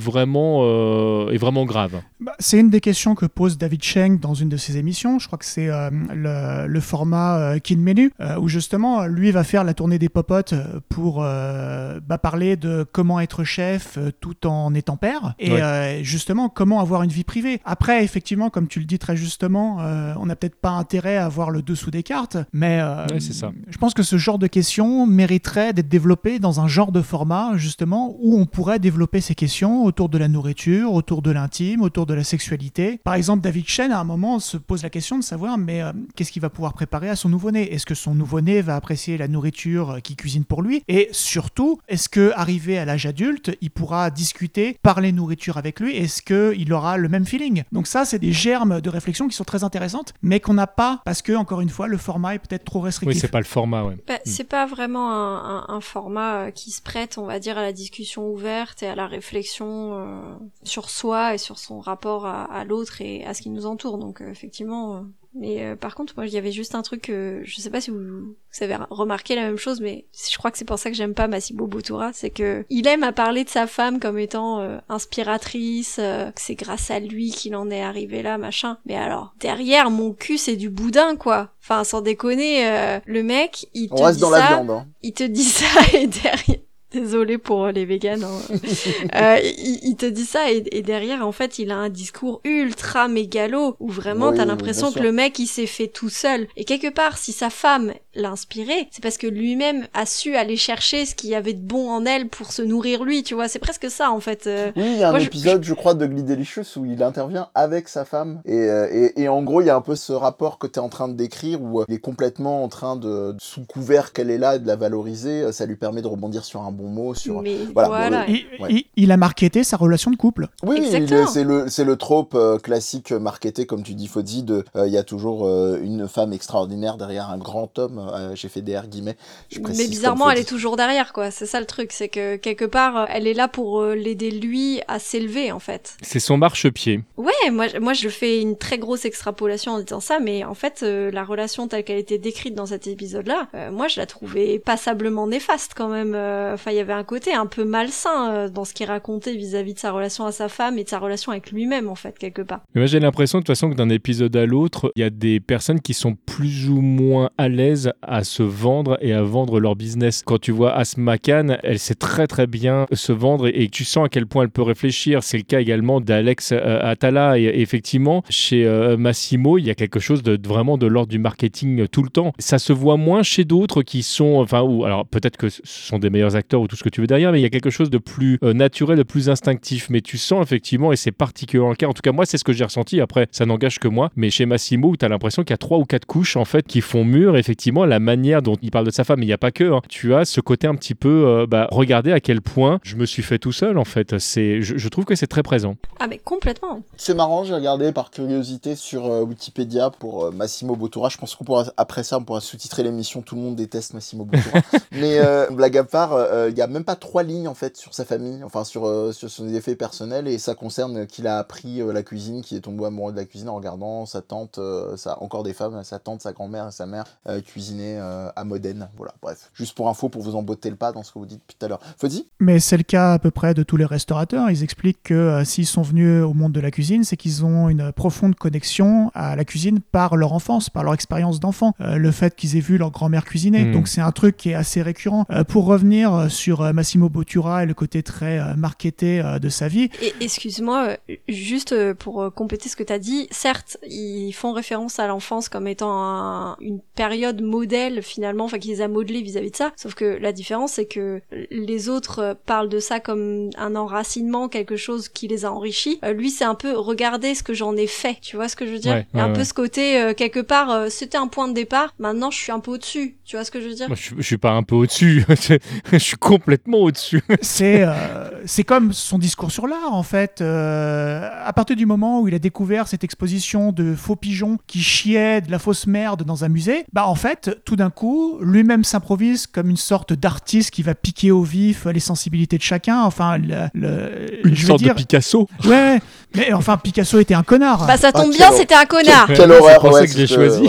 vraiment grave. C'est une des questions que pose David Cheng dans une de ses émissions. Je crois que c'est le format Kin Menu où justement lui va faire la tournée des popotes pour parler de comment être chef tout en étant père et justement comment avoir une vie privée. Après, effectivement, comme tu le dis très justement, on n'a peut-être pas intérêt à voir le dessous des cartes, mais c'est ça. Je pense que ce genre de questions mériterait d'être développé dans un genre de format justement où on pourrait développer ces questions autour de la nourriture, autour de l'intime, autour de la sexualité. Par exemple, David Chen à un moment se pose la question de savoir mais qu'est-ce qu'il va pouvoir préparer à son nouveau-né? Est-ce que son nouveau-né va apprécier la nourriture qu'il cuisine pour lui? Et surtout, est-ce que arrivé à l'âge adulte, il pourra discuter, parler nourriture avec lui? Est-ce qu'il aura le même feeling? Donc ça, c'est des germes de réflexion qui sont très intéressantes, mais qu'on n'a pas parce que, encore une fois, le format est peut-être trop restrictif. Oui, c'est pas le format, ouais. C'est pas vraiment un format qui se prête, on va dire, à la discussion ouverte et à la réflexion sur soi et sur son rapport à l'autre et à ce qui nous entoure. Donc effectivement... Mais par contre, moi, il y avait juste un truc, je sais pas si vous avez remarqué la même chose, mais je crois que c'est pour ça que j'aime pas Massimo Bottura, c'est que il aime à parler de sa femme comme étant inspiratrice, que c'est grâce à lui qu'il en est arrivé là, machin. Mais alors, derrière, mon cul, c'est du boudin, quoi. Enfin, sans déconner, le mec, il te dit ça, il te dit ça, et Désolée pour les véganes. Il te dit ça et derrière, en fait, il a un discours ultra mégalo où vraiment t'as l'impression que le mec il s'est fait tout seul. Et quelque part, si sa femme l'a inspiré, c'est parce que lui-même a su aller chercher ce qu'il y avait de bon en elle pour se nourrir lui, tu vois. C'est presque ça en fait. Oui, il y a un épisode, je crois, de Glee Delicious où il intervient avec sa femme et en gros, il y a un peu ce rapport que t'es en train de décrire où il est complètement en train de sous couvert qu'elle est là, de la valoriser. Ça lui permet de rebondir sur un bon mot, sur voilà. Il a marketé sa relation de couple. Oui, c'est le trope classique marketé, comme tu dis, Fodzi, de il y a toujours une femme extraordinaire derrière un grand homme. J'ai fait des guillemets. Mais bizarrement, elle est toujours derrière, quoi. C'est ça le truc, c'est que quelque part, elle est là pour l'aider lui à s'élever, en fait. C'est son marchepied. Ouais, moi je fais une très grosse extrapolation en disant ça, mais en fait, la relation telle qu'elle était décrite dans cet épisode-là, moi je la trouvais passablement néfaste quand même. Enfin, il y avait un côté un peu malsain dans ce qu'il racontait vis-à-vis de sa relation à sa femme et de sa relation avec lui-même, en fait, quelque part. Mais moi j'ai l'impression de toute façon que d'un épisode à l'autre, il y a des personnes qui sont plus ou moins à l'aise à se vendre et à vendre leur business. Quand tu vois Asma Khan, elle sait très très bien se vendre et tu sens à quel point elle peut réfléchir. C'est le cas également d'Alex Atala et effectivement chez Massimo, il y a quelque chose de vraiment de l'ordre du marketing tout le temps. Ça se voit moins chez d'autres qui sont, alors peut-être que ce sont des meilleurs acteurs ou tout ce que tu veux derrière, mais il y a quelque chose de plus naturel, de plus instinctif. Mais tu sens effectivement, et c'est particulièrement le cas, en tout cas moi c'est ce que j'ai ressenti, après ça n'engage que moi, mais chez Massimo où tu as l'impression qu'il y a 3 ou 4 couches en fait qui font mur, effectivement la manière dont il parle de sa femme, mais il n'y a pas que, tu as ce côté un petit peu, regardez à quel point je me suis fait tout seul en fait, je trouve que c'est très présent. Ah mais complètement. C'est marrant, j'ai regardé par curiosité sur Wikipédia pour Massimo Bottura, je pense qu'on pourra, après ça on pourra sous-titrer l'émission Tout le monde déteste Massimo Bottura, mais blague à part, il n'y a même pas 3 lignes en fait sur sa famille, enfin sur son effet personnel, et ça concerne qu'il a appris la cuisine, qu'il est tombé amoureux de la cuisine en regardant sa tante, encore des femmes, sa tante, sa grand-mère et sa mère cuisiner à Modène, voilà, bref, juste pour info, pour vous emboîter le pas dans ce que vous dites depuis tout à l'heure. Fodzi ? Mais c'est le cas à peu près de tous les restaurateurs, ils expliquent que s'ils sont venus au monde de la cuisine, c'est qu'ils ont une profonde connexion à la cuisine par leur enfance, par leur expérience d'enfant, le fait qu'ils aient vu leur grand-mère cuisiner, donc c'est un truc qui est assez récurrent. Pour revenir sur Massimo Bottura et le côté très marketé de sa vie. Et excuse-moi, juste pour compléter ce que tu as dit, certes, ils font référence à l'enfance comme étant une période modèle finalement, enfin qui les a modelés vis-à-vis de ça, sauf que la différence c'est que les autres parlent de ça comme un enracinement, quelque chose qui les a enrichis. Lui c'est un peu regardez ce que j'en ai fait, tu vois ce que je veux dire, il y a un peu ce côté quelque part c'était un point de départ, maintenant je suis un peu au-dessus, tu vois ce que je veux dire. Moi, je suis pas un peu au-dessus, je suis complètement au-dessus. C'est comme son discours sur l'art en fait, à partir du moment où il a découvert cette exposition de faux pigeons qui chiaient de la fausse merde dans un musée, en fait tout d'un coup lui-même s'improvise comme une sorte d'artiste qui va piquer au vif les sensibilités de chacun, enfin une sorte de Picasso. Ouais, mais enfin Picasso était un connard. Ça tombe bien, c'était un connard. Quel horreur, c'est pour ça que j'ai choisi.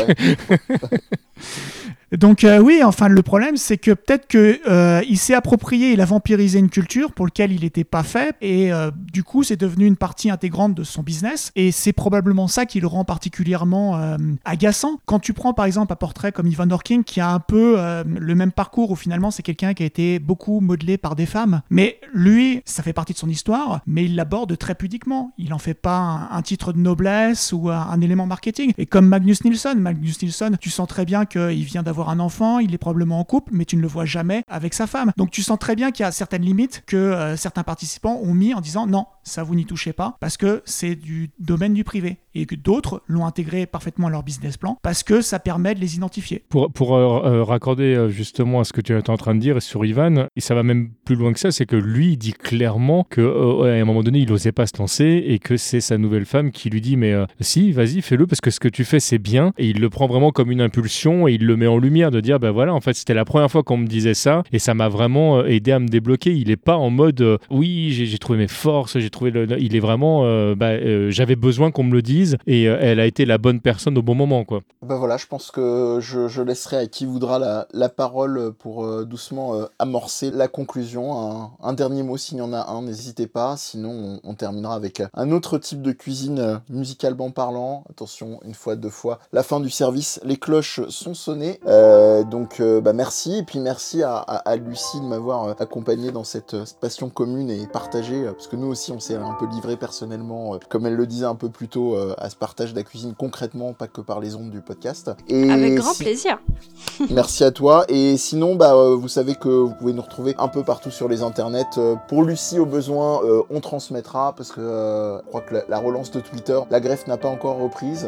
Donc oui, enfin le problème c'est que peut-être que il s'est approprié, il a vampirisé une culture pour laquelle il n'était pas fait et du coup c'est devenu une partie intégrante de son business et c'est probablement ça qui le rend particulièrement agaçant. Quand tu prends par exemple un portrait comme Ivan Orkin qui a un peu le même parcours où finalement c'est quelqu'un qui a été beaucoup modelé par des femmes, mais lui ça fait partie de son histoire, mais il l'aborde très pudiquement, il en fait pas un titre de noblesse ou un élément marketing. Et comme Magnus Nilsson, tu sens très bien qu'il vient d'avoir un enfant, il est probablement en couple, mais tu ne le vois jamais avec sa femme. Donc tu sens très bien qu'il y a certaines limites que certains participants ont mis en disant non, ça vous n'y touchez pas, parce que c'est du domaine du privé. Et que d'autres l'ont intégré parfaitement à leur business plan, parce que ça permet de les identifier. Pour raccorder justement à ce que tu es en train de dire sur Ivan, et ça va même plus loin que ça, c'est que lui, il dit clairement qu'à un moment donné, il n'osait pas se lancer, et que c'est sa nouvelle femme qui lui dit mais si, vas-y, fais-le, parce que ce que tu fais, c'est bien. Et il le prend vraiment comme une impulsion, et il le met en lumière, de dire, voilà, en fait, c'était la première fois qu'on me disait ça, et ça m'a vraiment aidé à me débloquer. Il n'est pas en mode, oui, j'ai trouvé mes forces, j'ai trouvé il est vraiment j'avais besoin qu'on me le dise et elle a été la bonne personne au bon moment, quoi. Voilà, je pense que je laisserai à qui voudra la parole pour doucement amorcer la conclusion. Un dernier mot s'il y en a un, n'hésitez pas, sinon on terminera avec un autre type de cuisine musicalement parlant. Attention, une fois, deux fois, la fin du service, les cloches sont sonnées, donc merci, et puis merci à Lucie de m'avoir accompagné dans cette passion commune et partagée, parce que nous aussi on s'est un peu livré personnellement, comme elle le disait un peu plus tôt, à ce partage de la cuisine concrètement, pas que par les ondes du podcast. Et avec grand plaisir. Merci à toi, et sinon vous savez que vous pouvez nous retrouver un peu partout sur les internets. Pour Lucie au besoin, on transmettra, parce que je crois que la relance de Twitter, la greffe n'a pas encore reprise.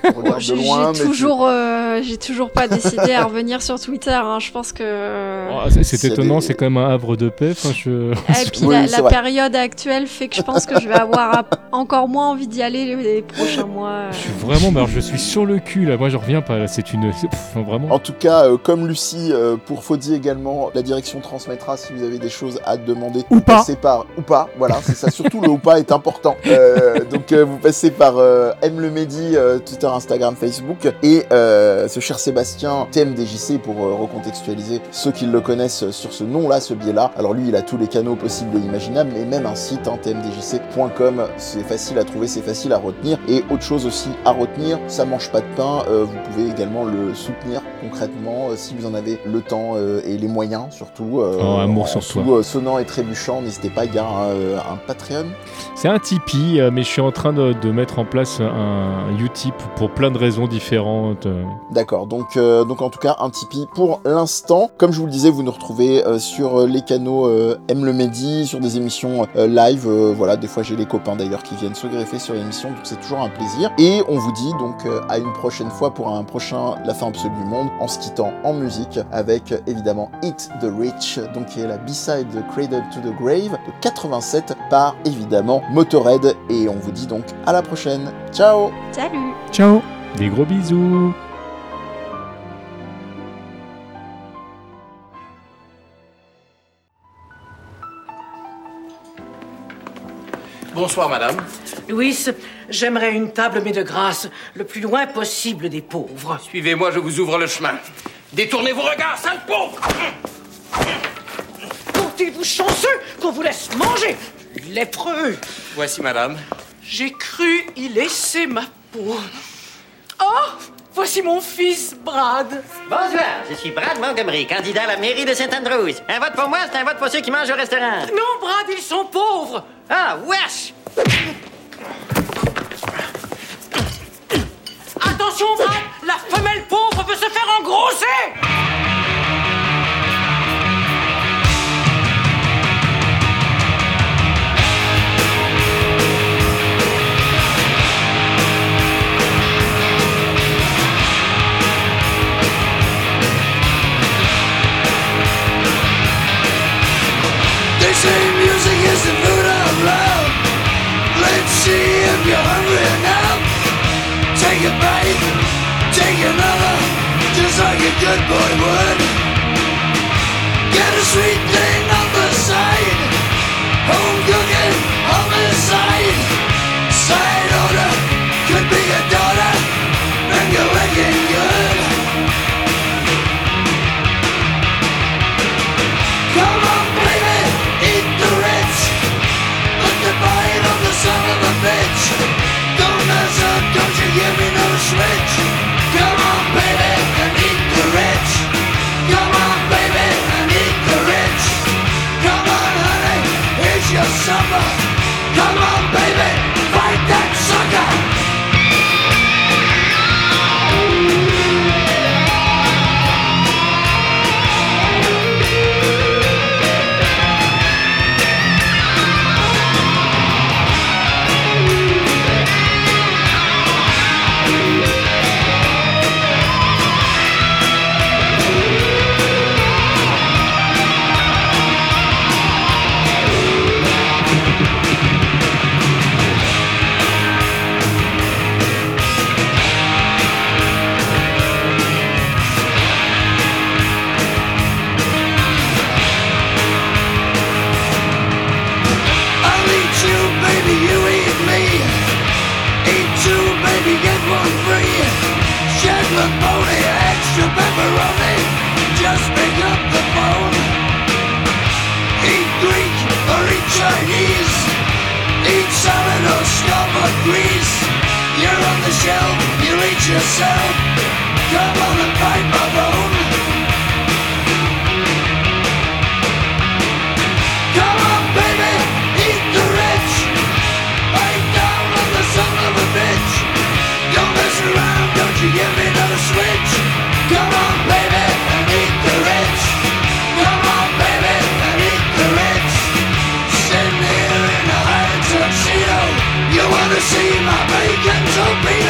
J'ai toujours pas décidé à revenir sur Twitter, hein. Je pense que... c'est étonnant, c'est quand même un havre de paix. Et puis la période actuelle fait que je pense que je vais avoir encore moins envie d'y aller les prochains mois. Je suis vraiment, je suis sur le cul là, moi je reviens pas là, vraiment. En tout cas, comme Lucie, pour Faudy également, la direction transmettra si vous avez des choses à demander. Ou pas. Ou pas, voilà, c'est ça, surtout le ou pas est important. Donc vous passez par M le Mehdi, Twitter, Instagram, Facebook, et ce cher Sébastien, TMDJC, pour recontextualiser ceux qui le connaissent sur ce nom-là, ce biais-là. Alors lui, il a tous les canaux possibles et imaginables, mais même un site, tmdjc.com, c'est facile à trouver, c'est facile à retenir. Et autre chose aussi à retenir, ça mange pas de pain, vous pouvez également le soutenir concrètement, si vous en avez le temps et les moyens, surtout. Amour sur toi. Sonnant et trébuchant, n'hésitez pas, il y a un Patreon. C'est un Tipeee, mais je suis en train de mettre en place un Utip pour plein de raisons différentes. D'accord, donc en tout cas un Tipeee pour l'instant. Comme je vous le disais, vous nous retrouvez sur les canaux M le Mehdi, sur des émissions live. Voilà, des fois j'ai les copains d'ailleurs qui viennent se greffer sur l'émission, donc c'est toujours un plaisir. Et on vous dit donc à une prochaine fois pour un prochain La fin absolue du monde, en se quittant en musique avec évidemment Hit the Rich, donc qui est la B-side de Cradle to the Grave de 87 par évidemment Motorhead. Et on vous dit donc à la prochaine. Ciao. Salut. Ciao. Des gros bisous. Bonsoir, madame. Louis, j'aimerais une table, mais de grâce, le plus loin possible des pauvres. Suivez-moi, je vous ouvre le chemin. Détournez vos regards, sale pauvre! Portez-vous chanceux qu'on vous laisse manger, lépreux! Voici, madame. J'ai cru y laisser ma peau. Oh! Voici mon fils, Brad. Bonsoir, je suis Brad Montgomery, candidat à la mairie de Saint-Andrews. Un vote pour moi, c'est un vote pour ceux qui mangent au restaurant. Non, Brad, ils sont pauvres. Ah, wesh! Attention, Brad, la femelle pauvre peut se faire engrosser. They say music is the food of love. Let's see if you're hungry now. Take a bite, take another, just like a good boy would. Get a sweet thing on the side, home cooking, homicide. Side order, could be a daughter, finger licking good. Come on, baby, eat the rich. Put the bite on the son of a bitch. Don't mess up, don't you give me no switch. Come on, baby, and eat the rich. Come on, baby, and eat the rich. yourself. Come on and bite my bone. Come on, baby, eat the rich. Bite down on the son of a bitch. Don't mess around, don't you give me another switch. Come on, baby, and eat the rich. Come on, baby, and eat the rich. Sitting here in a high tuxedo. You wanna see my bacon torpedo?